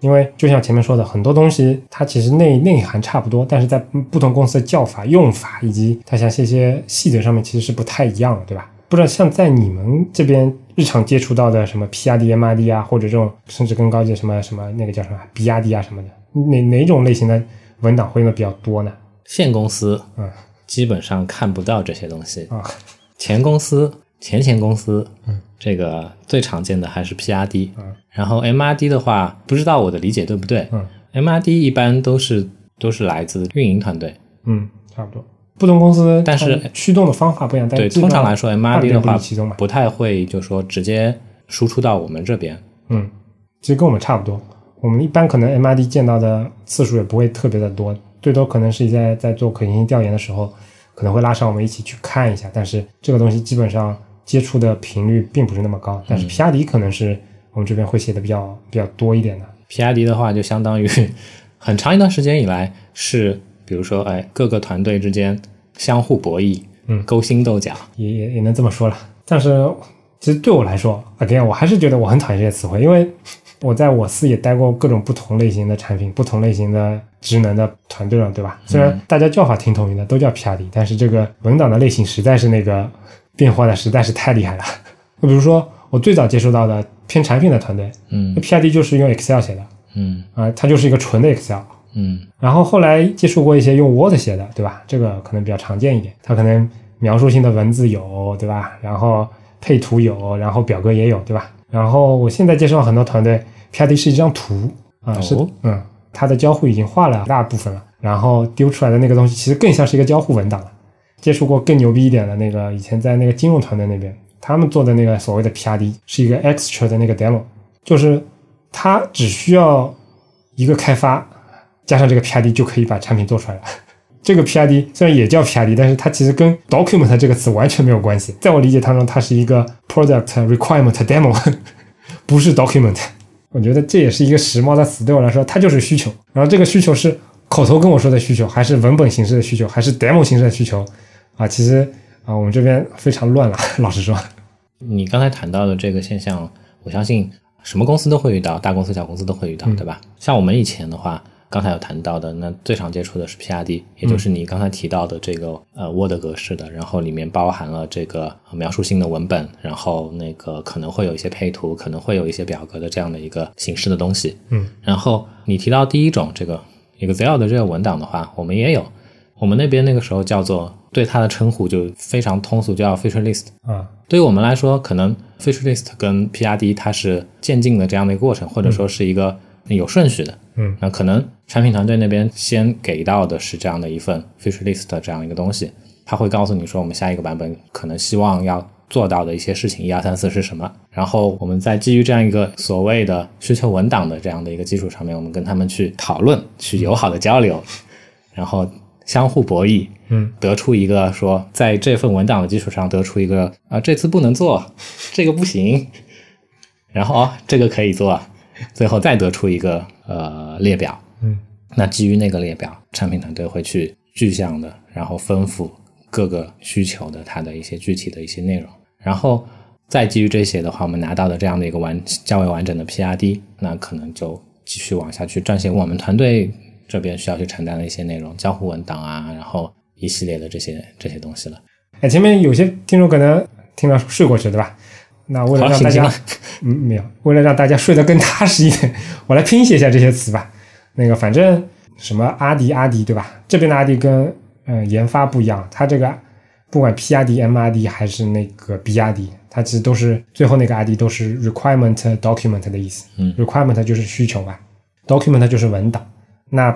因为就像前面说的，很多东西它其实内涵差不多，但是在不同公司的叫法、用法以及它像这些细节上面其实是不太一样的，对吧？不知道像在你们这边日常接触到的什么 PRD、MRD 啊，或者这种甚至更高级什么那个叫什么 BRD 啊什么的，哪种类型的文档会用的比较多呢？ 现公司基本上看不到这些东西啊， 前公司、前公司这个最常见的还是 PRD，然后 MRD 的话，不知道我的理解对不对，MRD 一般都是来自运营团队， 差不多。不同公司但是驱动的方法不一样，但对，通常来说 MRD 的话不太会就说直接输出到我们这边。 其实跟我们差不多，我们一般可能 MRD 见到的次数也不会特别的多，最多可能是在做可行性调研的时候可能会拉上我们一起去看一下，但是这个东西基本上接触的频率并不是那么高，但是 PRD 可能是我们这边会写的比较多一点的。 PRD 的话就相当于很长一段时间以来是比如说各个团队之间相互博弈，勾心斗角， 也能这么说了。但是其实对我来说 again 我还是觉得我很讨厌这些词汇，因为我在我司也待过各种不同类型的产品、不同类型的职能的团队了，对吧？虽然大家叫法挺统一的，都叫 PRD， 但是这个文档的类型实在是那个变化的实在是太厉害了。比如说我最早接触到的偏产品的团队，PRD 就是用 Excel 写的，它就是一个纯的 Excel。然后后来接触过一些用 Word 写的，对吧？这个可能比较常见一点，它可能描述性的文字有，对吧？然后配图有，然后表格也有，对吧？然后我现在接触到很多团队 PRD 是一张图它的交互已经画了大部分了，然后丢出来的那个东西其实更像是一个交互文档了。接触过更牛逼一点的那个，以前在那个金融团队那边，他们做的那个所谓的 PRD 是一个 extra 的那个 demo， 就是它只需要一个开发加上这个 PRD 就可以把产品做出来了。这个 PRD 虽然也叫 PRD， 但是它其实跟 document 这个词完全没有关系。在我理解当中，它是一个 product requirement demo， 不是 document。我觉得这也是一个时髦的词，对我来说，它就是需求。然后这个需求是口头跟我说的需求，还是文本形式的需求，还是 demo 形式的需求其实我们这边非常乱了，老实说。 你刚才谈到的这个现象，我相信什么公司都会遇到，大公司小公司都会遇到，对吧？像我们以前的话，刚才有谈到的，那最常接触的是 PRD， 也就是你刚才提到的这个Word 格式的，然后里面包含了这个描述性的文本，然后那个可能会有一些配图，可能会有一些表格的这样的一个形式的东西。然后你提到第一种这个 Excel 的这个文档的话，我们也有，我们那边那个时候叫做，对它的称呼就非常通俗，叫 feature list。对于我们来说，可能 feature list 跟 PRD 它是渐进的这样的一个过程，或者说是一个有顺序的。那可能产品团队那边先给到的是这样的一份 feature list 这样一个东西，他会告诉你说我们下一个版本可能希望要做到的一些事情1、2、3、4是什么，然后我们再基于这样一个所谓的需求文档的这样的一个基础上面，我们跟他们去讨论，去友好的交流，然后相互博弈，得出一个说在这份文档的基础上得出一个这次不能做，这个不行，然后这个可以做，最后再得出一个列表。那基于那个列表，产品团队会去具象的然后丰富各个需求的它的一些具体的一些内容，然后再基于这些的话，我们拿到的这样的一个较为完整的 PRD， 那可能就继续往下去撰写我们团队这边需要去承担的一些内容，交互文档然后一系列的这些东西了。 前面有些听众可能听了睡过去，对吧？那为了让大家没有，为了让大家睡得更踏实一点，我来拼写一下这些词吧。那个反正什么阿迪对吧？这边的阿迪跟研发不一样，它这个不管 PRD、MRD 还是那个 BRD， 它其实都是最后那个 RD 都是 requirement document 的意思。requirement 就是需求吧， document 就是文档。那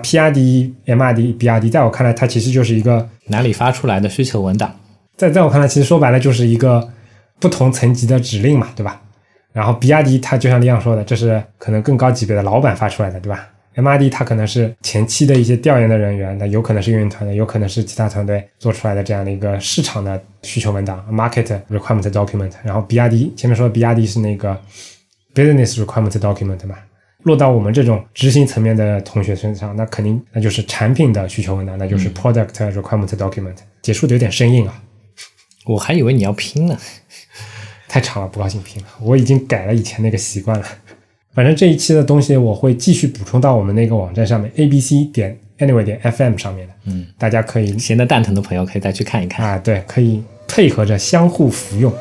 PRD、MRD、BRD 在我看来它其实就是一个哪里发出来的需求文档， 在我看来其实说白了就是一个不同层级的指令嘛，对吧？然后 BRD 它就像李阳说的，这是可能更高级别的老板发出来的，对吧？ MRD 它可能是前期的一些调研的人员，那有可能是运营团队，有可能是其他团队做出来的这样的一个市场的需求文档 Market Requirement Document。 然后 BRD 前面说的 BRD 是那个 Business Requirement Document 嘛，落到我们这种执行层面的同学身上，那就是产品的需求文档，那就是 Product Requirement Document。 结束的有点生硬啊， 我还以为你要拼呢， 太长了不高兴拼了，我已经改了以前那个习惯了。 反正这一期的东西我会继续补充到我们那个网站上面 abc.anyway.fm 上面的，大家可以闲得蛋疼的朋友可以再去看一看啊，对，可以配合着相互服用。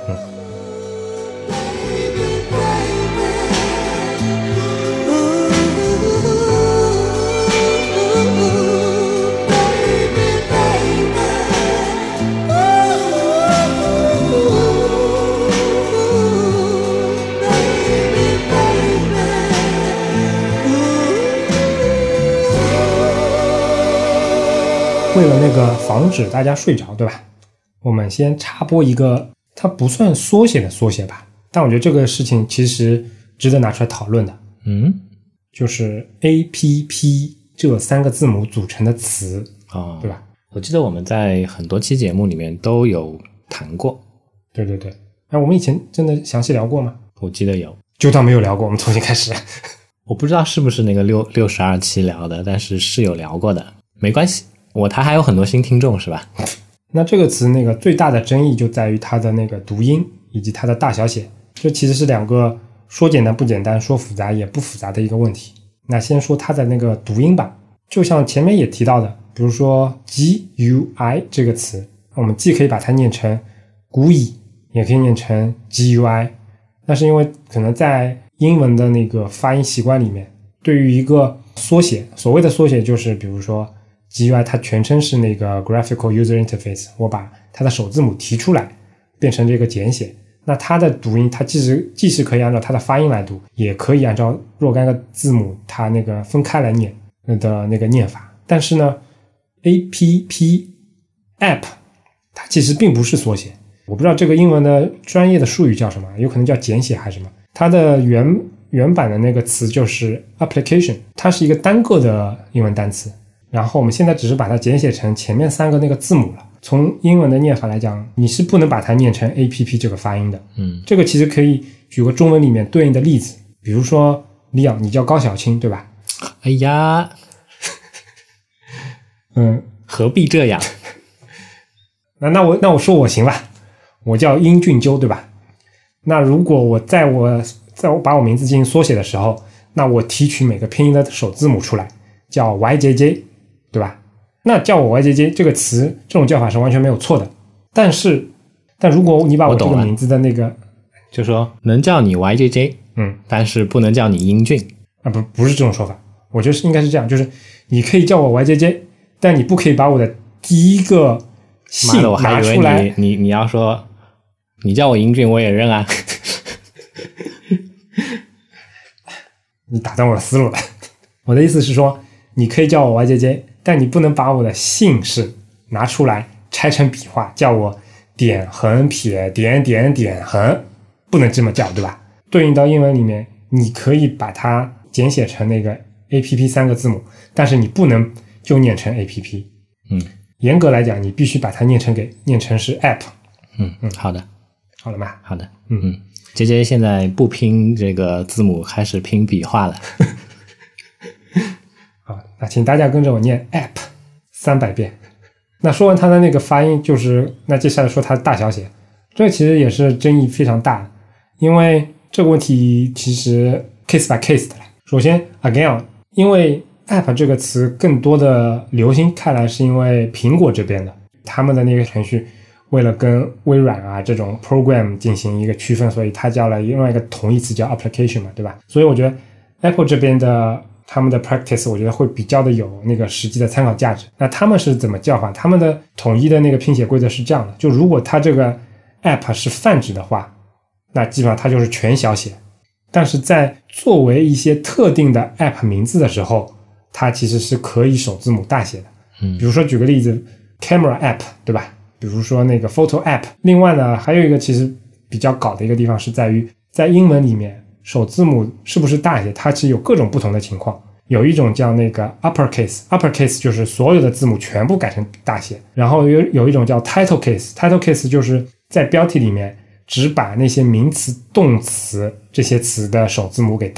为了那个防止大家睡着，对吧？我们先插播一个，它不算缩写的缩写吧，但我觉得这个事情其实值得拿出来讨论的。就是 APP 这3个字母组成的词对吧？ 我记得我们在很多期节目里面都有谈过。 对对对。我们以前真的详细聊过吗？ 我记得有， 就当没有聊过，我们重新开始。 我不知道是不是那个62期聊的，但是是有聊过的，没关系。它还有很多新听众是吧？ 那这个词那个最大的争议就在于它的那个读音以及它的大小写，这其实是2个说简单不简单，说复杂也不复杂的一个问题。那先说它的那个读音吧，就像前面也提到的，比如说 GUI 这个词，我们既可以把它念成 GUI， 也可以念成 GUI， 那是因为可能在英文的那个发音习惯里面，对于一个缩写，所谓的缩写就是比如说GUI 它全称是那个 Graphical User Interface， 我把它的首字母提出来变成这个简写，那它的读音它既是可以按照它的发音来读，也可以按照若干个字母它那个分开来念的那个念法。但是呢 App 它其实并不是缩写，我不知道这个英文的专业的术语叫什么，有可能叫简写还是什么。它的原版的那个词就是 application， 它是一个单个的英文单词，然后我们现在只是把它简写成前面3个那个字母了。从英文的念法来讲，你是不能把它念成 APP 这个发音的。这个其实可以举个中文里面对应的例子，比如说李昂，你叫高小青对吧？ 哎呀何必这样？ 那我说我行吧，我叫殷俊鸠对吧？那如果我在我把我名字进行缩写的时候，那我提取每个拼音的首字母出来叫 YJJ 对吧？那叫我 YJJ 这个词，这种叫法是完全没有错的。但如果你把我这个名字的那个， 就说能叫你 YJJ， 但是不能叫你英俊啊，不是这种说法。我觉得应该是这样，就是你可以叫我 YJJ， 但你不可以把我的第一个姓拿出来。 我还以为你要说你叫我英俊我也认啊。 你打断我的思路了。我的意思是说，你可以叫我 YJJ， 但你不能把我的姓氏拿出来拆成笔画，叫我点横撇点点点横，不能这么叫，对吧？对应到英文里面，你可以把它简写成那个 APP 3个字母，但是你不能就念成 APP。严格来讲，你必须把它念成是 App。 好的， 好了吗？ 好的。JJ 现在不拼这个字母，开始拼笔画了。 好，那请大家跟着我念 App 300遍。那说完它的那个发音，那接下来说它的大小写，这其实也是争议非常大的，因为这个问题其实 case by case 的了。首先 again， 因为 App 这个词更多的流行开来是因为苹果这边的，他们的那个程序为了跟微软啊这种 program 进行一个区分，所以它叫了另外一个同义词叫 application 嘛，对吧？所以我觉得 Apple 这边的他们的 practice 我觉得会比较的有那个实际的参考价值。那他们是怎么叫法？他们的统一的那个拼写规则是这样的，就如果它这个 app 是泛指的话，那基本上它就是全小写，但是在作为一些特定的 app 名字的时候，它其实是可以首字母大写的。比如说举个例子 camera app 对吧？比如说那个 photo app。另外呢，还有一个其实比较搞的一个地方是在于，在英文里面首字母是不是大写，它其实有各种不同的情况。有一种叫那个 uppercase 就是所有的字母全部改成大写，然后有一种叫 title case 就是在标题里面只把那些名词动词这些词的首字母给大写，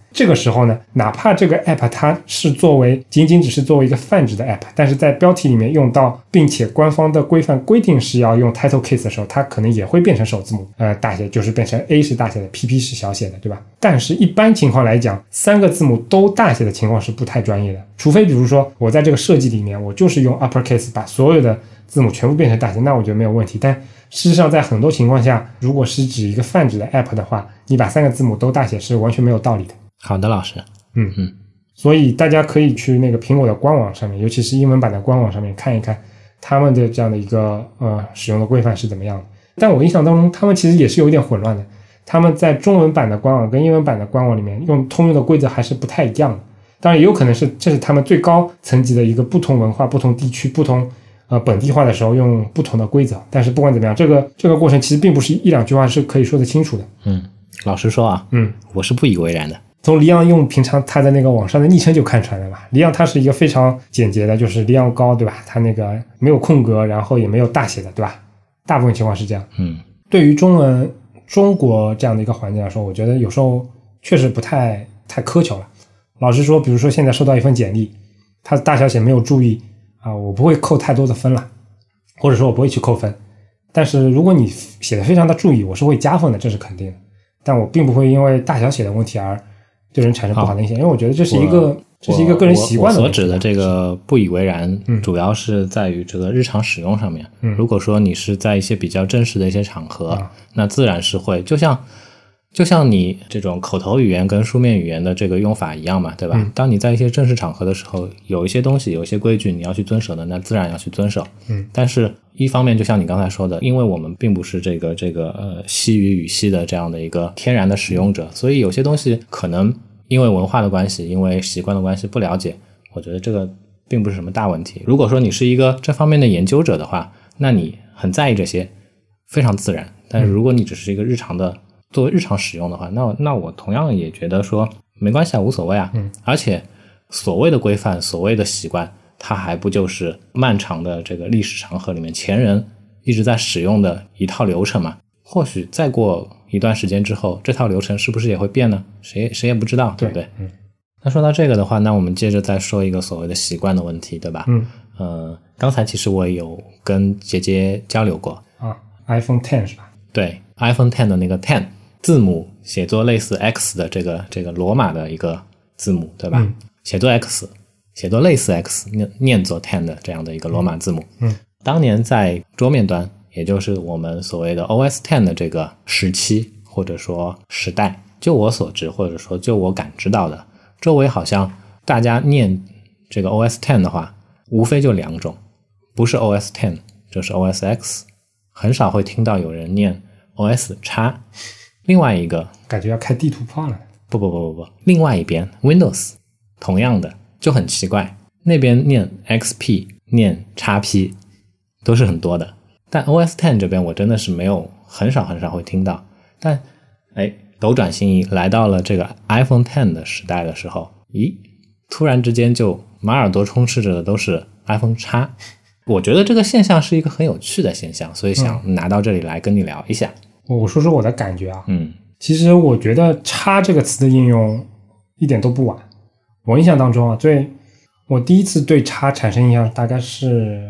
这个时候呢，哪怕这个 app 它是仅仅只是作为一个泛指的 app， 但是在标题里面用到，并且官方的规范规定是要用 title case 的时候，它可能也会变成首字母大写，就是变成 A 是大写的 PP 是小写的，对吧？但是一般情况来讲，3个字母都大写的情况是不太专业的，除非比如说我在这个设计里面我就是用 uppercase 把所有的字母全部变成大写，那我觉得没有问题。但事实上在很多情况下，如果是指一个泛指的 app 的话，你把3个字母都大写是完全没有道理的。 好的，老师。 所以大家可以去那个苹果的官网上面，尤其是英文版的官网上面看一看他们的这样的一个使用的规范是怎么样的。但我印象当中他们其实也是有点混乱的，他们在中文版的官网跟英文版的官网里面通用的规则还是不太一样的。当然也有可能是这是他们最高层级的一个不同文化不同地区不同本地化的时候用不同的规则。但是不管怎么样，这个过程其实并不是一两句话是可以说得清楚的。 老实说啊，我是不以为然的。 从黎昂用平常他的那个网上的昵称就看出来了吧，黎昂他是一个非常简洁的，就是黎昂高，对吧？他那个没有空格，然后也没有大写的，对吧？大部分情况是这样。对于中国这样的一个环境来说，我觉得有时候确实不太苛求了。老实说，比如说现在收到一份简历，它的大小写没有注意我不会扣太多的分了，或者说我不会去扣分。但是如果你写的非常的注意，我是会加分的，这是肯定的。但我并不会因为大小写的问题而对人产生不好的影响，因为我觉得这是一个个人习惯的问题。 我所指的这个不以为然，主要是在于这个日常使用上面。如果说你是在一些比较正式的一些场合，那自然是会，就像你这种口头语言跟书面语言的这个用法一样嘛，对吧？当你在一些正式场合的时候，有一些东西有一些规矩你要去遵守的，那自然要去遵守。但是一方面就像你刚才说的，因为我们并不是这个西语系的这样的一个天然的使用者，所以有些东西可能因为文化的关系，因为习惯的关系不了解，我觉得这个并不是什么大问题。如果说你是一个这方面的研究者的话，那你很在意这些，非常自然。但是如果你只是一个作为日常使用的话，那我同样也觉得说没关系无所谓啊。而且所谓的规范，所谓的习惯，它还不就是漫长的这个历史长河里面前人一直在使用的一套流程嘛？或许再过一段时间之后，这套流程是不是也会变呢？谁也不知道，对不对？那说到这个的话，那我们接着再说一个所谓的习惯的问题，对吧？刚才其实我有跟杰杰交流过 iPhone X 是吧？ 对 ，iPhone X 的那个 10字母写作类似 X 的这个罗马的一个字母，对吧？写作 X， 写作类似 X， 念作 10的这样的一个罗马字母。当年在桌面端，也就是我们所谓的 OS X 的这个时期或者说时代，就我所知或者说就我感知到的，周围好像大家念这个 OS X 的话，无非就2种，不是 OS X 就是 OS X， 很少会听到有人念 OS X。另外一个感觉要开地图炮了。 不，另外一边 Windows 同样的就很奇怪，那边念 XP 念 XP 都是很多的，但 OS X 这边我真的是很少会听到。但斗转星移来到了这个 iPhone X 的时代的时候，突然之间就满耳朵充斥着的都是 iPhone X。 我觉得这个现象是一个很有趣的现象，所以想拿到这里来跟你聊一下。 我说说我的感觉啊。其实我觉得叉这个词的应用一点都不晚。我印象当中我第一次对叉产生印象大概是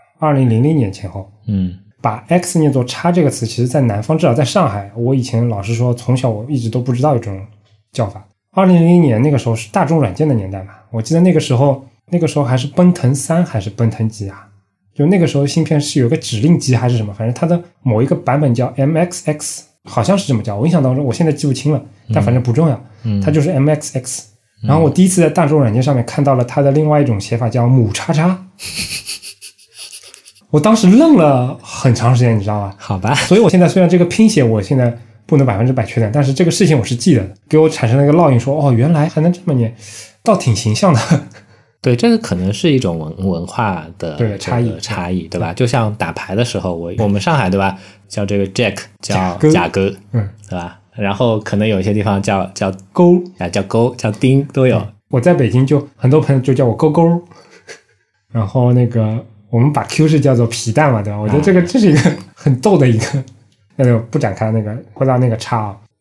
2000年前后。把 X 念作叉这个词，其实在南方，至少在上海，我以前老实说从小我一直都不知道有这种叫法。2000年那个时候是大众软件的年代嘛，我记得那个时候还是奔腾3还是奔腾几啊，就那个时候芯片是有个指令集还是什么，反正它的某一个版本叫 MXX， 好像是这么叫，我印象当中我现在记不清了，但反正不重要，它就是 MXX。 然后我第一次在大众软件上面看到了它的另外一种写法叫母叉叉，我当时愣了很长时间，你知道吗？ 好吧， 所以我现在虽然这个拼写我现在不能100%确认，但是这个事情我是记得的，给我产生了一个烙印，说原来还能这么念，倒挺形象的。 对，这个可能是一种文化的差异， 对吧？就像打牌的时候，我们上海对吧，叫这个 Jack 叫甲哥，对吧？然后可能有一些地方叫勾叫勾叫丁都有。 我在北京就很多朋友就叫我勾勾，然后那个我们把 Q 是叫做皮蛋嘛，对吧？我觉得这是一个很逗的一个，不展开回到那个叉。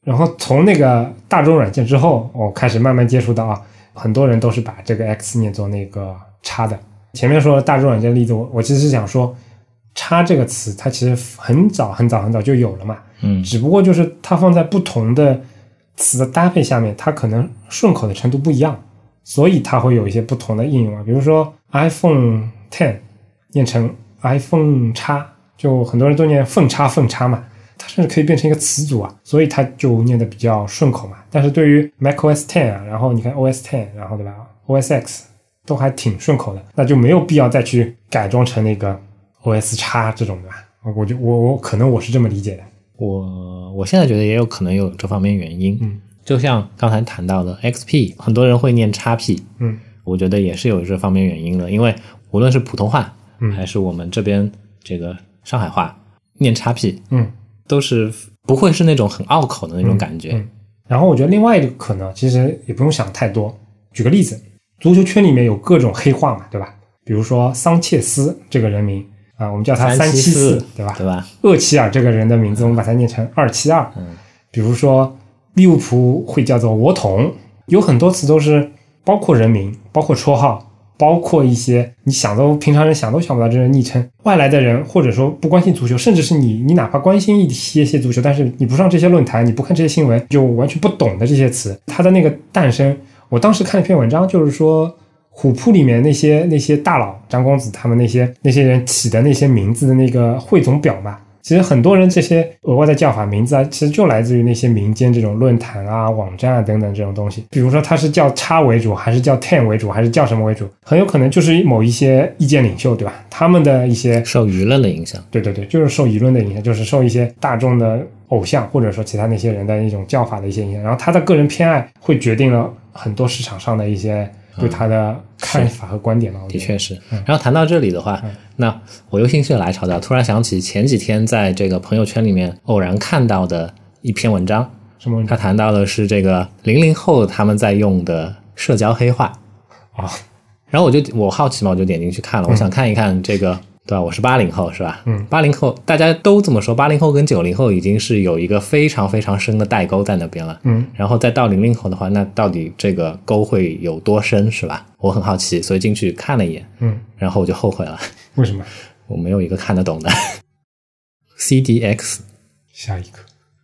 然后从那个大众软件之后，我开始慢慢接触到啊，很多人都是把这个 X 念作那个叉的。前面说了大众软件的例子，我其实是想说，叉这个词它其实很早就有了嘛，只不过就是它放在不同的词的搭配下面，它可能顺口的程度不一样，所以它会有一些不同的应用啊。比如说 iPhone X 念成 iPhone 叉，就很多人都念凤叉嘛，它甚至可以变成一个词组啊，所以它就念得比较顺口嘛。但是对于 macOS X 啊，然后你看 OS X， 然后对吧 OS X 都还挺顺口的，那就没有必要再去改装成那个 OS 叉这种的吧。我可能我是这么理解的。 我现在觉得也有可能有这方面原因，就像刚才谈到的 XP， 很多人会念 XP， 我觉得也是有这方面原因的，因为无论是普通话，还是我们这边这个上海话念 XP， 都是不会是那种很拗口的那种感觉。 然后我觉得另外一个可能其实也不用想太多，举个例子，足球圈里面有各种黑话嘛，对吧？比如说桑切斯这个人名啊，我们叫他374，对吧？厄齐尔这个人的名字，我们把它念成272。比如说利物浦会叫做我统，有很多词都是包括人名，包括绰号，包括一些你平常人想都想不到这个昵称。外来的人或者说不关心足球，甚至是你哪怕关心一些足球，但是你不上这些论坛，你不看这些新闻，就完全不懂的这些词，它的那个诞生，我当时看了一篇文章，就是说虎扑里面那些大佬张公子他们那些人起的那些名字的那个汇总表嘛，其实很多人这些额外的叫法名字啊，其实就来自于那些民间这种论坛啊、网站啊等等这种东西。比如说他是叫叉为主，还是叫 ten 为主，还是叫什么为主，很有可能就是某一些意见领袖，对吧？他们的一些受舆论的影响。 对，就是受舆论的影响，就是受一些大众的偶像或者说其他那些人的一种叫法的一些影响，然后他的个人偏爱会决定了很多市场上的一些对他的看法和观点嘛。 的确是。然后谈到这里的话，那我又心血来潮的突然想起前几天在这个朋友圈里面偶然看到的一篇文章。 什么文章？ 他谈到的是这个00后他们在用的社交黑话啊。 然后我好奇嘛，我就点进去看了，我想看一看这个，对吧？我是80后是吧？80后大家都这么说，80后跟90后已经是有一个非常非常深的代沟在那边了。然后再到00后的话，那到底这个沟会有多深是吧？我很好奇，所以进去看了一眼。然后我就后悔了。 为什么？ 我没有一个看得懂的。CDX， 下一个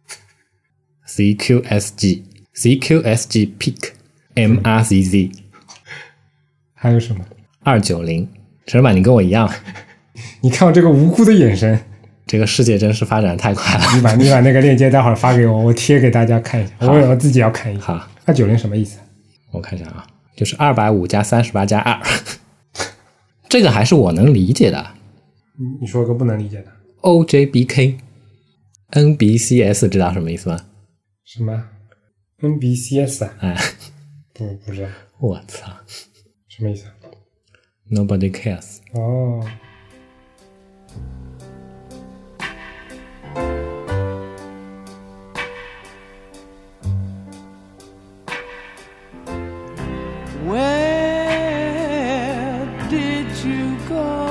CQSG Peak MRCZ， 还有什么 290。陈老板，你跟我一样， 你看我这个无辜的眼神， 这个世界真是发展太快了。 你把那个链接待会儿发给我，我贴给大家看一下，我自己要看一下。 好 ，290什么意思？ 我看一下啊，就是250加38加2，这个还是我能理解的。 你说个不能理解的。 OJBK NBCS 知道什么意思吗？ 什么 NBCS 啊？ 哎， 不知道。 我操， 什么意思 ？Nobody cares。 哦。 Where did you go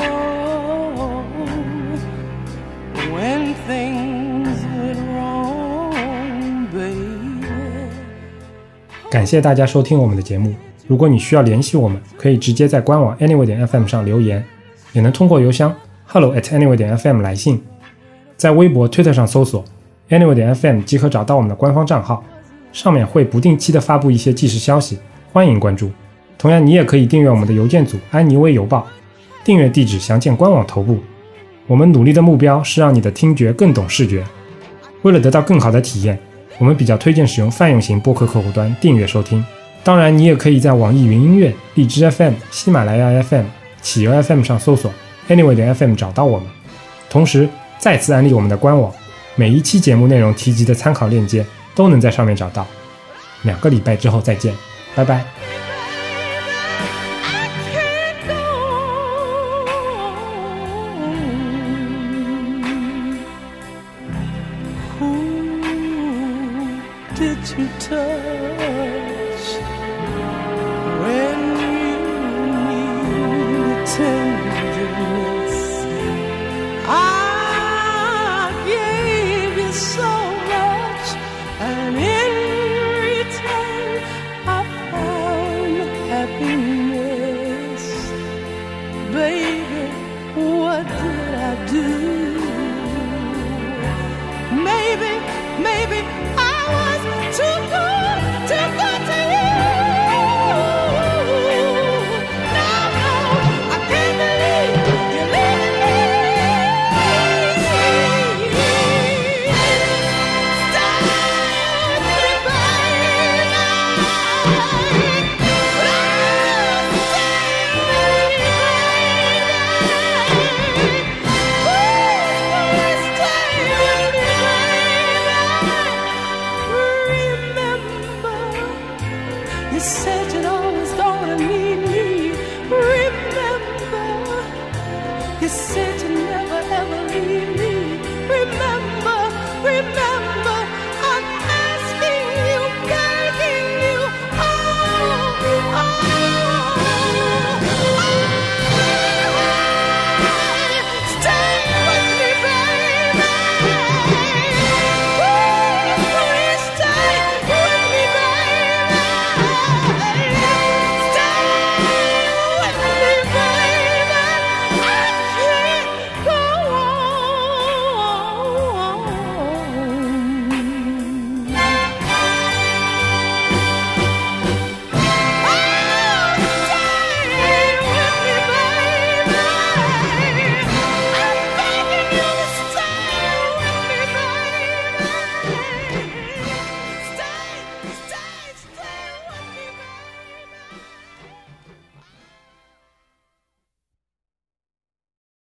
when things went wrong, baby? 感谢大家收听我们的节目。如果你需要联系我们，可以直接在官网 anyway.fm 上留言，也能通过邮箱 hello@anyway.fm 来信。在微博、Twitter 上搜索 anyway.fm 即可找到我们的官方账号，上面会不定期的发布一些即时消息，欢迎关注。同样，你也可以订阅我们的邮件组安妮微邮报，订阅地址详见官网头部。我们努力的目标是让你的听觉更懂视觉。为了得到更好的体验，我们比较推荐使用泛用型播客客户端订阅收听。当然，你也可以在网易云音乐、荔枝 FM、喜马拉雅 FM、企鹅 FM 上搜索 Anyway.FM 找到我们。同时，再次安利我们的官网，每一期节目内容提及的参考链接都能在上面找到。2个礼拜之后再见，拜拜。 Did you touch when you need tenderness? I gave you so much, and happiness. Baby, what did I do? Maybe